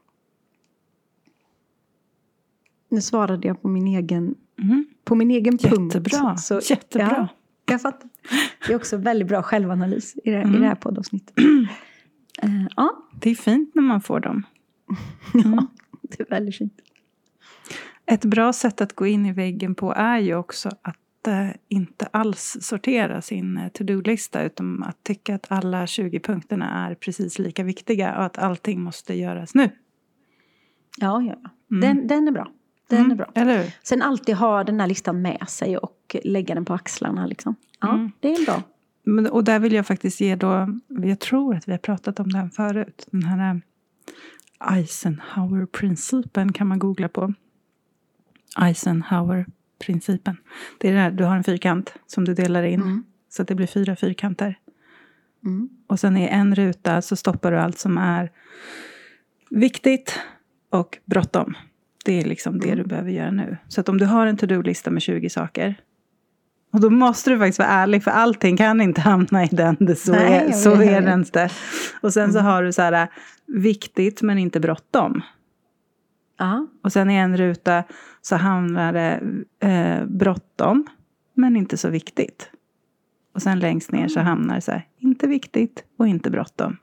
Nu svarade jag på min egen, mm. på min egen punkt. Jättebra. Så, Jättebra. Ja, jag fattar. Det är också väldigt bra självanalys i det, mm. i det här poddavsnittet. Uh, ja. Det är fint när man får dem. Mm. Ja, det är väldigt fint. Ett bra sätt att gå in i väggen på är ju också att att eh, inte alls sortera sin eh, to-do-lista. Utan att tycka att alla tjugo punkterna är precis lika viktiga. Och att allting måste göras nu. Ja, ja, ja. Mm. Den, den är bra. Den Mm, är bra. eller hur? Sen alltid ha den här listan med sig och lägga den på axlarna liksom. Ja, Mm. det är bra. Men, och där vill jag faktiskt ge då, jag tror att vi har pratat om den förut. Den här Eisenhower-principen kan man googla på. Eisenhower-principen. Det är det här, du har en fyrkant som du delar in. Mm. Så att det blir fyra fyrkanter. Mm. Och sen i en ruta så stoppar du allt som är viktigt och bråttom. Det är liksom det Mm. du behöver göra nu. Så att om du har en to-do-lista med tjugo saker. Och då måste du faktiskt vara ärlig. För allting kan inte hamna i den. Det så Nej, är, jag så vet. är det inte. Och sen så Mm. har du så här viktigt men inte bråttom. Ja. Och sen i en ruta så hamnar det eh, bråttom men inte så viktigt. Och sen längst ner så hamnar det så här, inte viktigt och inte bråttom.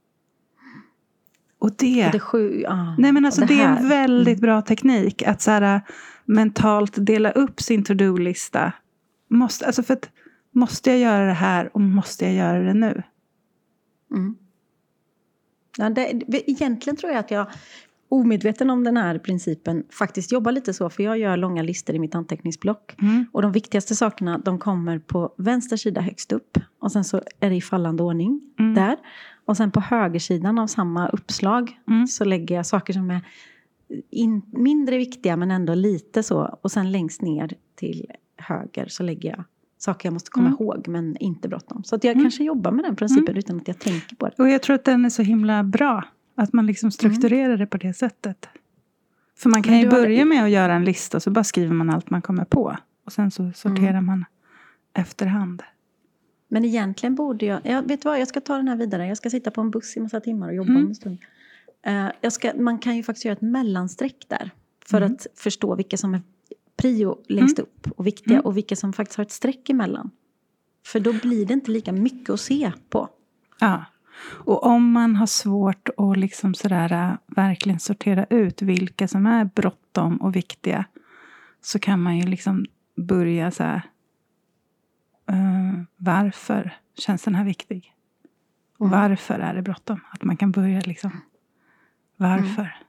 Och det, Och det, sju, ja. nej men alltså Och det, det är här. en väldigt bra teknik. Att så här, mentalt dela upp sin to-do-lista. Måste, alltså för att, måste jag göra det här och måste jag göra det nu? Mm. Ja, det, egentligen tror jag att jag omedveten om den här principen faktiskt jobbar lite så. För jag gör långa listor i mitt anteckningsblock. Mm. Och de viktigaste sakerna de kommer på vänster sida högst upp. Och sen så är det i fallande ordning Mm. där. Och sen på högersidan av samma uppslag Mm. så lägger jag saker som är in, mindre viktiga men ändå lite så. Och sen längst ner till höger så lägger jag saker jag måste komma Mm. ihåg men inte bråttom. Så att jag Mm. kanske jobbar med den principen Mm. utan att jag tänker på det. Och jag tror att den är så himla bra. Att man liksom strukturerar det på det sättet. För man kan Men ju du har- börja med att göra en lista. Så bara skriver man allt man kommer på. Och sen så sorterar Mm. man efterhand. Men egentligen borde jag, jag... Vet du vad, jag ska ta den här vidare. Jag ska sitta på en buss i massa timmar och jobba Mm. om en stund. Uh, jag ska, man kan ju faktiskt göra ett mellansträck där. För Mm. att förstå vilka som är prio längst Mm. upp. Och viktiga. Mm. Och vilka som faktiskt har ett streck emellan. För då blir det inte lika mycket att se på. Ja. Och om man har svårt att liksom sådär, äh, verkligen sortera ut vilka som är bråttom och viktiga. Så kan man ju liksom börja så här. Uh, varför känns den här viktig? Och Mm. varför är det bråttom? Att man kan börja liksom. Varför? Mm.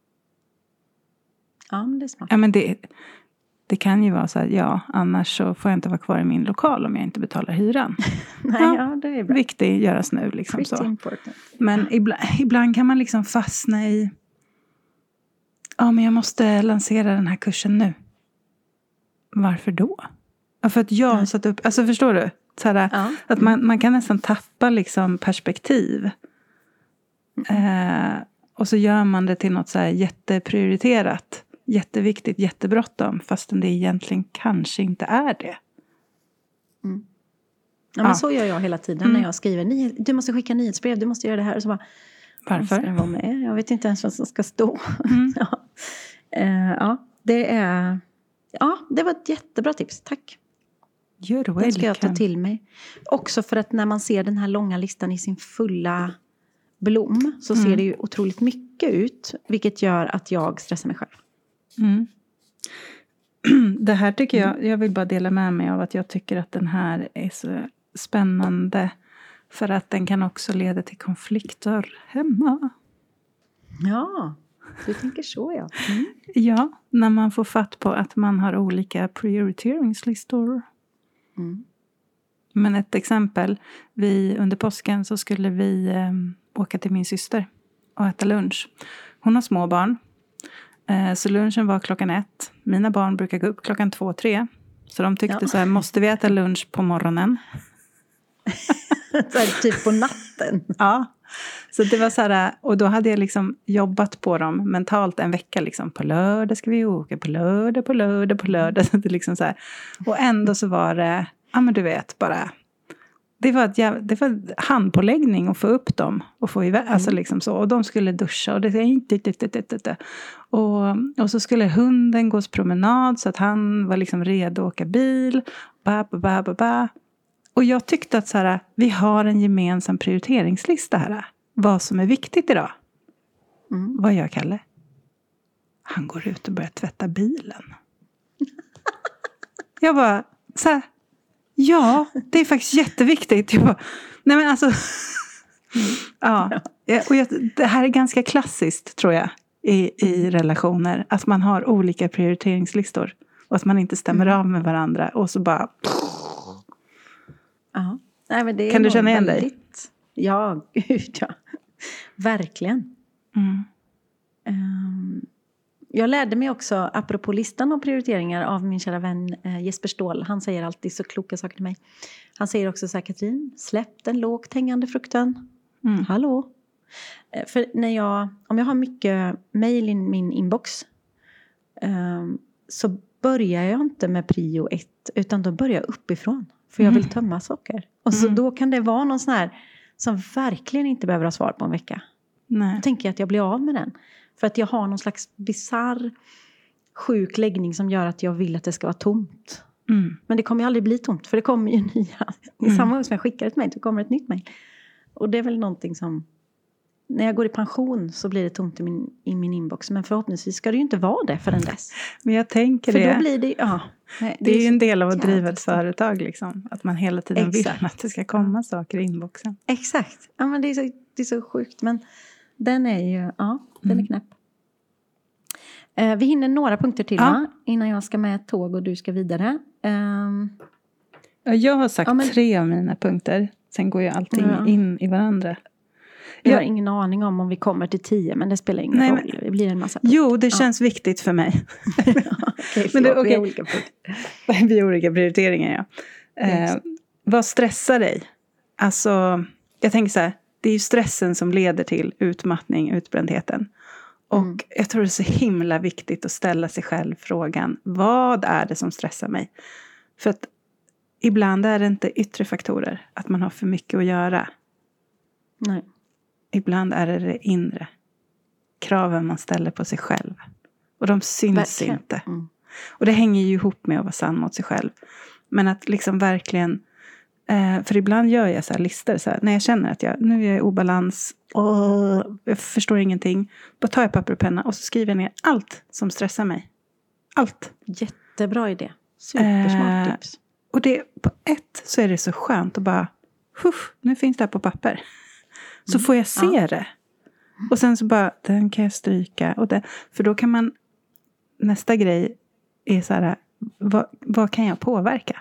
Ja, men det är smart. Ja, men det, det kan ju vara så här. Ja, annars så får jag inte vara kvar i min lokal om jag inte betalar hyran. Nej, ja, ja, det är bra. Viktigt göras nu liksom Pretty så. important. Men ibland, ibland kan man liksom fastna i. Ja, men jag måste lansera den här kursen nu. Varför då? Ja, för att jag har Mm. satt upp. Alltså förstår du? Så här, Ja. att man, man kan nästan tappa liksom perspektiv. Mm. Eh, och så gör man det till något så här jätteprioriterat. Jätteviktigt, jättebråttom. Fastän det egentligen kanske inte är det. Mm. Ja, men Ja. så gör jag hela tiden Mm. när jag skriver. Ny- du måste skicka nyhetsbrev, du måste göra det här. Och så bara, Varför? ska den vara med? Jag vet inte ens vad som ska stå. Mm. ja. Eh, ja, det är... Ja, det var ett jättebra tips. Tack. You're Det ska jag ta welcome. till mig. Också för att när man ser den här långa listan i sin fulla blom så Mm. ser det ju otroligt mycket ut. Vilket gör att jag stressar mig själv. Mm. Det här tycker jag, jag vill bara dela med mig av att jag tycker att den här är så spännande. För att den kan också leda till konflikter hemma. Ja, du tänker så ja. Mm. Ja, när man får fatt på att man har olika prioriteringslistor. Mm. Men ett exempel, vi, under påsken så skulle vi eh, åka till min syster och äta lunch. Hon har små barn. Eh, så lunchen var klockan ett. Mina barn brukar gå upp klockan två, tre. Så de tyckte Ja. så här, måste vi äta lunch på morgonen? Så här, typ på natten. Ja, så det var så här, och då hade jag liksom jobbat på dem mentalt en vecka liksom. På lördag ska vi åka, på lördag, på lördag, på lördag. Så det liksom så här. Och ändå så var det, ja men du vet bara. Det var, ett jävla, det var handpåläggning att få upp dem. Och få iväg, alltså liksom så. Och de skulle duscha. Och, det, inte, inte, inte, inte. Och, och så skulle hunden gås promenad. Så att han var liksom redo att åka bil. Ba, ba, ba, ba, ba. Och jag tyckte att så här, vi har en gemensam prioriteringslista här. Vad som är viktigt idag. Mm. Vad gör Kalle? Han går ut och börjar tvätta bilen. Jag bara, så här, ja, det är faktiskt jätteviktigt. Jag bara, nej men alltså, ja. Och jag, det här är ganska klassiskt tror jag i, i relationer. Att man har olika prioriteringslistor. Och att man inte stämmer mm. av med varandra. Och så bara... Ja. Nej, men det är kan du känna igen väldigt... dig? Ja, gud ja. Verkligen. Mm. Um, jag lärde mig också, apropå listan och prioriteringar, av min kära vän eh, Jesper Ståhl. Han säger alltid så kloka saker till mig. Han säger också så här, Katrin, släpp den lågt hängande frukten. Mm. Hallå? Eh, för när jag, om jag har mycket mejl i min inbox um, så börjar jag inte med prio ett, utan då börjar jag uppifrån. För jag vill tömma saker. Och så mm. då kan det vara någon sån här som verkligen inte behöver ha svar på en vecka. Nej. Då tänker jag att jag blir av med den. För att jag har någon slags bizarr sjuk läggning som gör att jag vill att det ska vara tomt. Mm. Men det kommer ju aldrig bli tomt. För det kommer ju nya. I Mm. samma gång som jag skickar ett mejl så kommer ett nytt mejl. Och det är väl någonting som... När jag går i pension så blir det tomt i min, i min inbox. Men förhoppningsvis ska det ju inte vara det förrän dess. Men jag tänker för det. Då blir det, ja, det, det är ju en del av att driva ett så. företag. Liksom. Att man hela tiden Exakt. vill att det ska komma saker i inboxen. Exakt. Ja, men det är så, det är så sjukt. Men den är ju, ja, den Mm. är knäpp. Eh, vi hinner några punkter till, ja. va? Innan jag ska med ett tåg och du ska vidare. Um, jag har sagt ja, men, tre av mina punkter. Sen går ju allting ja. in i varandra. Jag jag har ingen aning om om vi kommer till tio. Men det spelar ingen Nej, roll. men, Det blir en massa punkter. Jo, det ja. känns viktigt för mig. okay, men det, okay. Vi har olika punkter. Vi har olika prioriteringar, ja. Eh, vad stressar dig? Alltså, jag tänker så här. Det är ju stressen som leder till utmattning, utbrändheten. Och mm. jag tror det är så himla viktigt att ställa sig själv frågan. Vad är det som stressar mig? För att ibland är det inte yttre faktorer. Att man har för mycket att göra. Nej. Ibland är det det inre. Kraven man ställer på sig själv. Och de syns verkligen. Inte. Mm. Och det hänger ju ihop med att vara sann mot sig själv. Men att liksom verkligen... Eh, för ibland gör jag så här listor. Så här, när jag känner att jag, nu är jag i obalans. Och jag förstår ingenting. Då tar jag papper och penna. Och så skriver jag ner allt som stressar mig. Allt. Jättebra idé. Supersmart eh, tips. Och det, på ett så är det så skönt att bara... Huff, nu finns det här på papper. Så mm. får jag se ja. det. Och sen så bara, den kan jag stryka. Och det, för då kan man... Nästa grej är så här... Vad, vad kan jag påverka?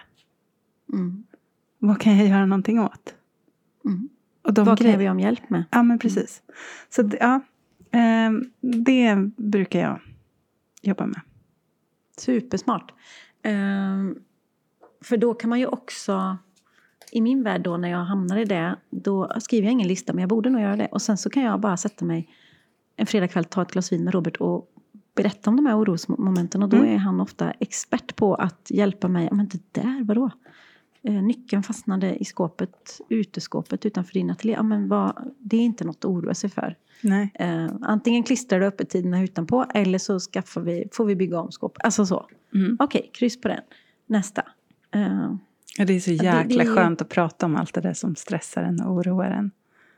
Mm. Vad kan jag göra någonting åt? Mm. Och de vad grejer, kan vi om hjälp med? Ja, men precis. Mm. Så ja, eh, det brukar jag jobba med. Supersmart. Um, för då kan man ju också... I min värld då, när jag hamnar i det, då skriver jag ingen lista, men jag borde nog göra det. Och sen så kan jag bara sätta mig en fredagkväll, ta ett glas vin med Robert och berätta om de här orosmomenten. Och då mm. är han ofta expert på att hjälpa mig. Men det där, vadå? Eh, nyckeln fastnade i skåpet, uteskåpet utanför din ateljé. Ja, men vad, det är inte något att oroa sig för. Nej. Eh, antingen klistrar du öppettiderna utanpå, eller så skaffar vi, får vi bygga om skåp. Alltså så. Mm. Okej, okay, kryss på den. Nästa. Eh, Ja, det är så jäkla det, det, skönt att prata om allt det där som stressar en och oroar en.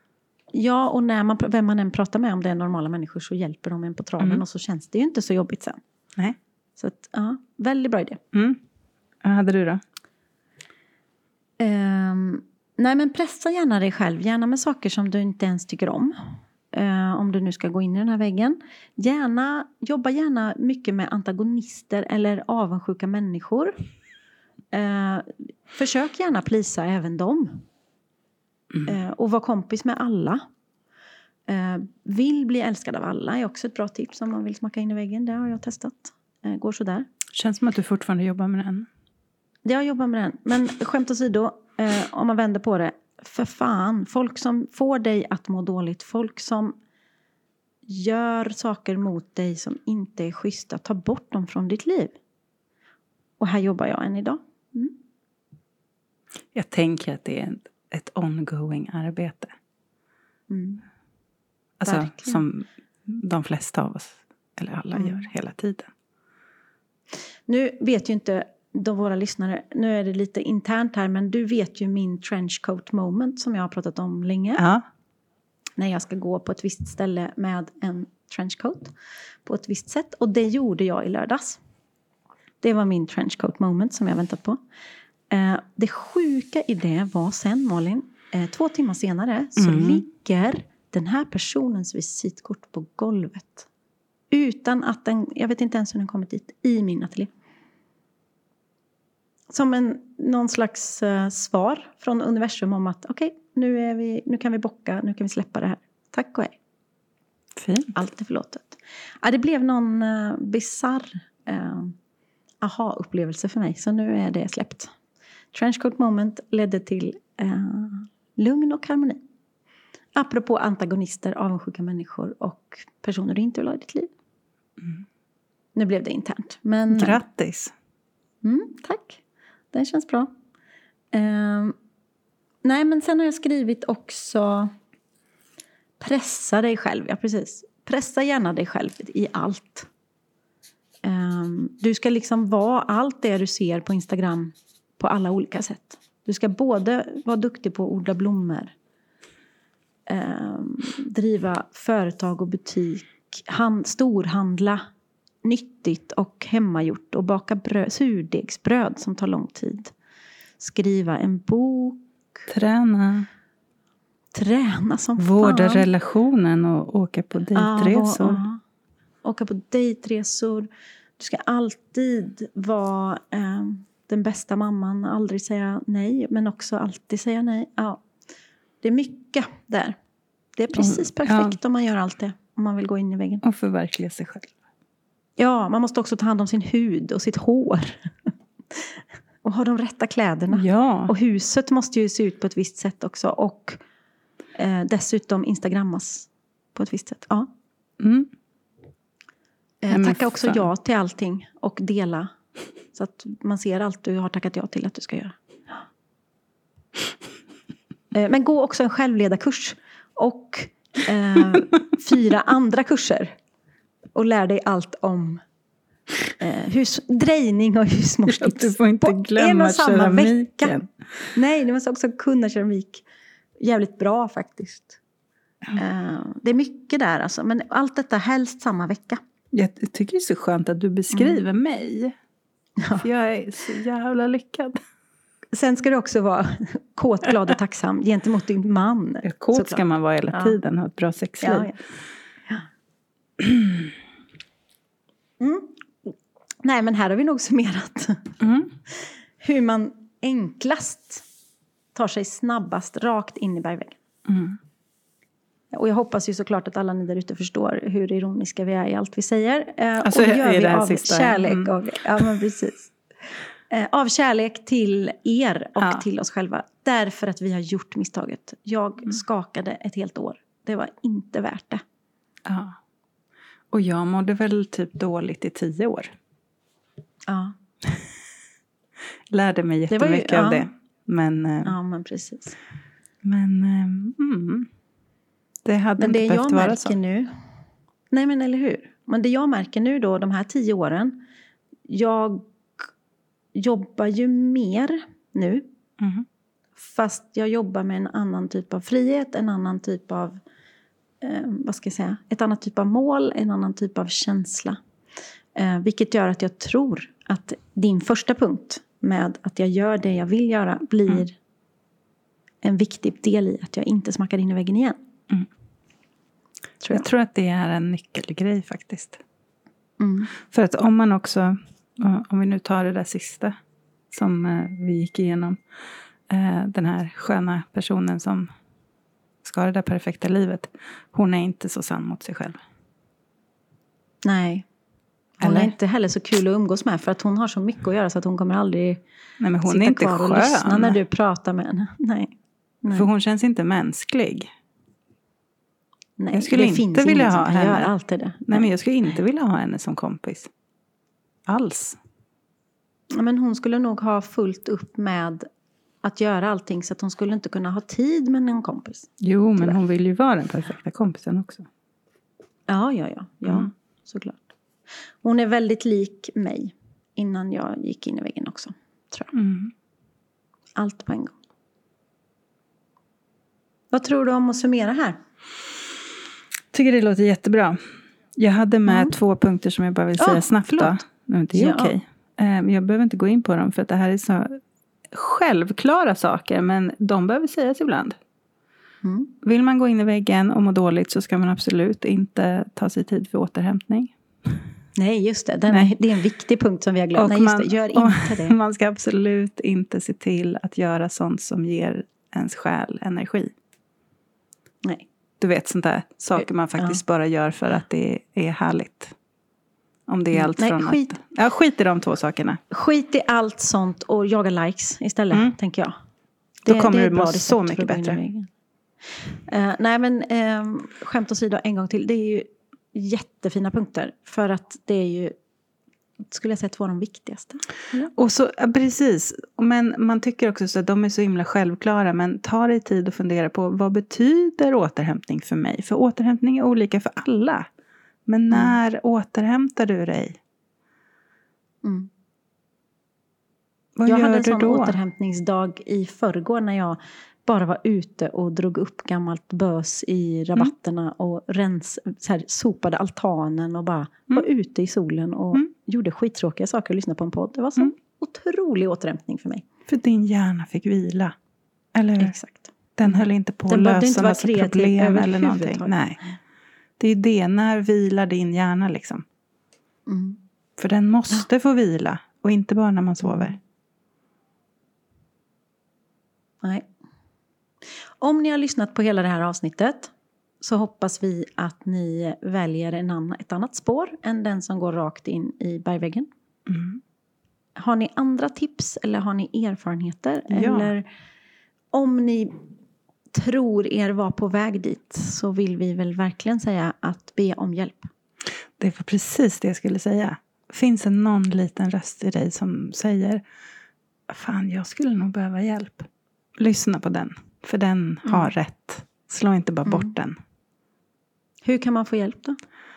Ja, och när man, vem man än pratar med, om det är normala människor, så hjälper de en på traven. Mm. Och så känns det ju inte så jobbigt sen. Nej. Så att, ja, väldigt bra idé. Mm. Vad hade du då? Um, nej, men pressa gärna dig själv. Gärna med saker som du inte ens tycker om. Uh, om du nu ska gå in i den här väggen. Gärna, jobba gärna mycket med antagonister eller avundsjuka människor. Uh, försök gärna plisa även dem. Mm. Uh, och var kompis med alla. Uh, vill bli älskad av alla är också ett bra tips om man vill smacka in i väggen. Det har jag testat. Uh, går sådär. Känns som att du fortfarande jobbar med den. Jag jobbar med den. Men skämt åsido, uh, om man vänder på det. För fan, folk som får dig att må dåligt. Folk som gör saker mot dig som inte är schyssta. Ta bort dem från ditt liv. Och här jobbar jag än idag. Mm. Jag tänker att det är ett ongoing arbete. Mm. Alltså Verkligen. Som de flesta av oss, eller alla mm. gör hela tiden. Nu vet ju inte de våra lyssnare, nu är det lite internt här, men du vet ju min trenchcoat moment som jag har pratat om länge. Ja. När jag ska gå på ett visst ställe med en trenchcoat på ett visst sätt. Och det gjorde jag i lördags. Det var min trenchcoat moment som jag väntat på. Eh, det sjuka i det var sen, Malin, eh, två timmar senare så Mm. ligger den här personens visitkort på golvet. Utan att den, jag vet inte ens hur den kommit dit, i min ateljé. Som en, någon slags eh, svar från universum om att okej, okay, nu, är vi, nu kan vi bocka, nu kan vi släppa det här. Tack och hej. Fint. Allt är förlåtet. Ja, det blev någon eh, bizarr eh, aha-upplevelse för mig. Så nu är det släppt. Trenchcoat moment ledde till eh, lugn och harmoni. Apropå antagonister, avundsjuka människor och personer du inte vill ha i ditt liv. Mm. Nu blev det internt. Men, Grattis. Mm, tack. Det känns bra. Eh, nej, men sen har jag skrivit också pressa dig själv. Ja, precis. Pressa gärna dig själv i allt. Eh, du ska liksom vara allt det du ser på Instagram på alla olika sätt. Du ska både vara duktig på att odla blommor, eh, driva företag och butik, hand, storhandla nyttigt och hemmagjort och baka bröd, surdegsbröd som tar lång tid. Skriva en bok. Träna. Träna som Vårda fan. relationen och åka på dejtresor. Ja, ja. Åka på dejtresor. Du ska alltid vara eh, den bästa mamman. Aldrig säga nej, men också alltid säga nej. Ja. Det är mycket där. Det är precis Och, perfekt ja. om man gör allt det. Om man vill gå in i väggen. Och förverkliga sig själv. Ja, man måste också ta hand om sin hud och sitt hår. Och ha de rätta kläderna. Ja. Och huset måste ju se ut på ett visst sätt också. Och eh, dessutom instagrammas på ett visst sätt. Ja. Mm. Eh, Nej, tacka också fan. ja till allting. Och dela. Så att man ser allt du har tackat ja till att du ska göra. Eh, men gå också en självledarkurs. Och eh, fyra andra kurser. Och lär dig allt om eh, hus, drejning och husmorstips. Du får inte på glömma en och samma keramiken. vecka. Nej, du måste också kunna keramik. Jävligt bra faktiskt. Eh, det är mycket där alltså. Men allt detta helst samma vecka. Jag tycker det är så skönt att du beskriver Mm. mig. Ja. För jag är så jävla lyckad. Sen ska du också vara kåt, glad och tacksam gentemot din man. Kåt såklart. ska man vara hela Ja. tiden. Ha ett bra sexliv. Ja, ja. Ja. Mm. Nej, men här har vi nog summerat Mm. hur man enklast tar sig snabbast rakt in i bergväggen. Mm. Och jag hoppas ju såklart att alla ni där ute förstår hur ironiska vi är i allt vi säger. Eh, Alltså, och det gör i vi det här av sista, kärlek. mm. Och, ja, men precis. Eh, av kärlek till er och Ja. till oss själva. Därför att vi har gjort misstaget. Jag Mm. skakade ett helt år. Det var inte värt det. Ja. Och jag mådde väl typ dåligt i tio år. Ja, Lärde mig Det var ju- jättemycket av ja. det. Men, eh, ja men precis. men eh, mm, det hade Men inte det behövt jag vara märker så. nu. Nej, men eller hur? Men det jag märker nu då, de här tio åren. Jag jobbar ju mer nu. Mm. Fast jag jobbar med en annan typ av frihet. En annan typ av, eh, vad ska jag säga? Ett annat typ av mål. En annan typ av känsla. Eh, vilket gör att jag tror att din första punkt med att jag gör det jag vill göra blir Mm. en viktig del i att jag inte smackar in i väggen igen. Mm. Tror jag. Jag tror att det är en nyckelgrej faktiskt. Mm. För att om man också, om vi nu tar det där sista som eh, vi gick igenom. Eh, den här sköna personen som ska ha det där perfekta livet. Hon är inte så sann mot sig själv. Nej. Hon Eller? är inte heller så kul att umgås med. För att hon har så mycket att göra så att hon kommer aldrig Nej, men hon sitta är inte kvar och skön. lyssna när du pratar med henne. Nej. Nej. För hon känns inte mänsklig. Nej. jag skulle det inte finns vilja ingen som ha kan henne. göra allt det där. Nej, men jag skulle inte vilja ha henne som kompis. Alls. Ja, men hon skulle nog ha fullt upp med att göra allting. Så att hon skulle inte kunna ha tid med en kompis. Jo, men Tyvärr. hon vill ju vara den perfekta kompisen också. Ja, ja, ja. Ja, Mm. såklart. Hon är väldigt lik mig. Innan jag gick in i väggen också. Tror jag. Mm. Allt på en gång. Vad tror du om att summera här? Tycker det låter jättebra. Jag hade med Mm. två punkter som jag bara vill säga Ja, snabbt då. förlåt. Nej, det är Ja. okej. Eh, Men jag behöver inte gå in på dem för att det här är så självklara saker, men de behöver sägas ibland. Mm. Vill man gå in i väggen och må dåligt så ska man absolut inte ta sig tid för återhämtning. Nej, just det. Den är, det är en viktig punkt som vi har glömt. Och Nej, just man, det. Gör inte det. Man ska absolut inte se till att göra sånt som ger ens själ energi. Nej. Du vet, sånt där saker man faktiskt ja. bara gör för att det är härligt. Om det är mm. allt Nej, från skit. att... Ja, skit i de två sakerna. Skit i allt sånt och jaga likes istället, mm. tänker jag. Det, Då kommer det du må så mycket bättre. Uh, nej, men uh, skämt åsido en gång till. Det är ju jättefina punkter. För att det är ju, skulle jag säga, två av de viktigaste. Eller? Och så, precis. Men man tycker också så att de är så himla självklara. Men ta dig tid och fundera på, vad betyder återhämtning för mig? För återhämtning är olika för alla. Men när mm. återhämtar du dig? Mm. Vad jag gör hade en du sån då? återhämtningsdag i förrgår när jag bara var ute och drog upp gammalt bös i rabatterna mm. och rens, så här, sopade altanen och bara mm. var ute i solen och mm. gjorde skittråkiga saker och lyssnade på en podd. Det var så mm. otrolig återhämtning för mig. För din hjärna fick vila. Eller hur? Exakt. Den höll inte på att lösa massa problem eller någonting. Nej. Det är det, när vilar din hjärna liksom. Mm. För den måste ja. få vila. Och inte bara när man sover. Nej. Om ni har lyssnat på hela det här avsnittet så hoppas vi att ni väljer en annan, ett annat spår än den som går rakt in i bergväggen. Mm. Har ni andra tips eller har ni erfarenheter? Ja. Eller om ni tror er vara på väg dit så vill vi väl verkligen säga att be om hjälp. Det var precis det jag skulle säga. Finns det någon liten röst i dig som säger, fan, jag skulle nog behöva hjälp. Lyssna på den. För den mm. har rätt. Slå inte bara mm. bort den. Hur kan man få hjälp då?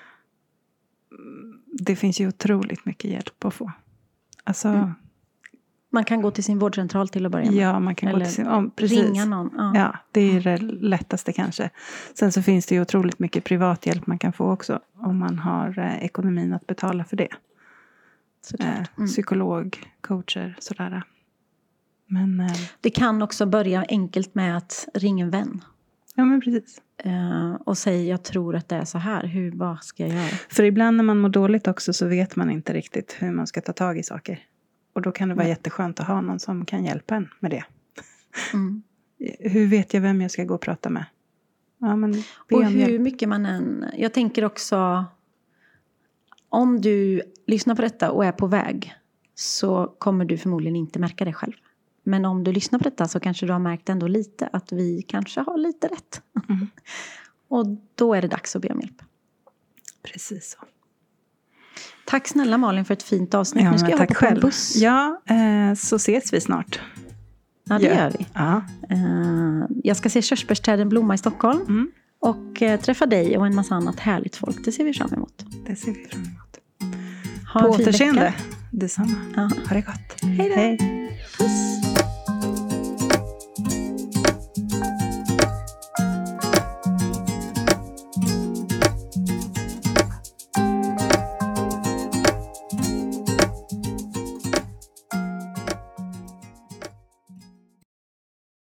Det finns ju otroligt mycket hjälp att få. Alltså... Mm. Man kan gå till sin vårdcentral till att börja med. Ja, man kan Eller gå till sin... Oh, precis. ringa någon. Ja. ja, det är det lättaste kanske. Sen så finns det ju otroligt mycket privathjälp man kan få också. Om man har eh, ekonomin att betala för det. Eh, mm. Psykolog, coacher, sådär. Men, eh, det kan också börja enkelt med att ringa en vän. Ja, men precis. Uh, och säga, jag tror att det är så här. Hur, vad ska jag göra? För ibland när man mår dåligt också så vet man inte riktigt hur man ska ta tag i saker. Och då kan det vara mm. jätteskönt att ha någon som kan hjälpa en med det. Mm. Hur vet jag vem jag ska gå och prata med? Ja, men och hur hjälp. mycket man än... Jag tänker också... Om du lyssnar på detta och är på väg så kommer du förmodligen inte märka det själv. Men om du lyssnar på detta så kanske du har märkt ändå lite att vi kanske har lite rätt. Mm. Och då är det dags att be om hjälp. Precis så. Tack snälla Malin för ett fint avsnitt. Ja, nu ska jag hoppa själv. på en buss. Ja, eh, så ses vi snart. Ja, det ja. gör vi. Ja. Uh, jag ska se körsbärsträden blomma i Stockholm. Mm. Och uh, träffa dig och en massa annat härligt folk. Det ser vi fram emot. Det ser vi fram emot. Ha på en fin återseende. vecka. Detsamma. Uh. Ha det gott. Hej då. Hej. Puss.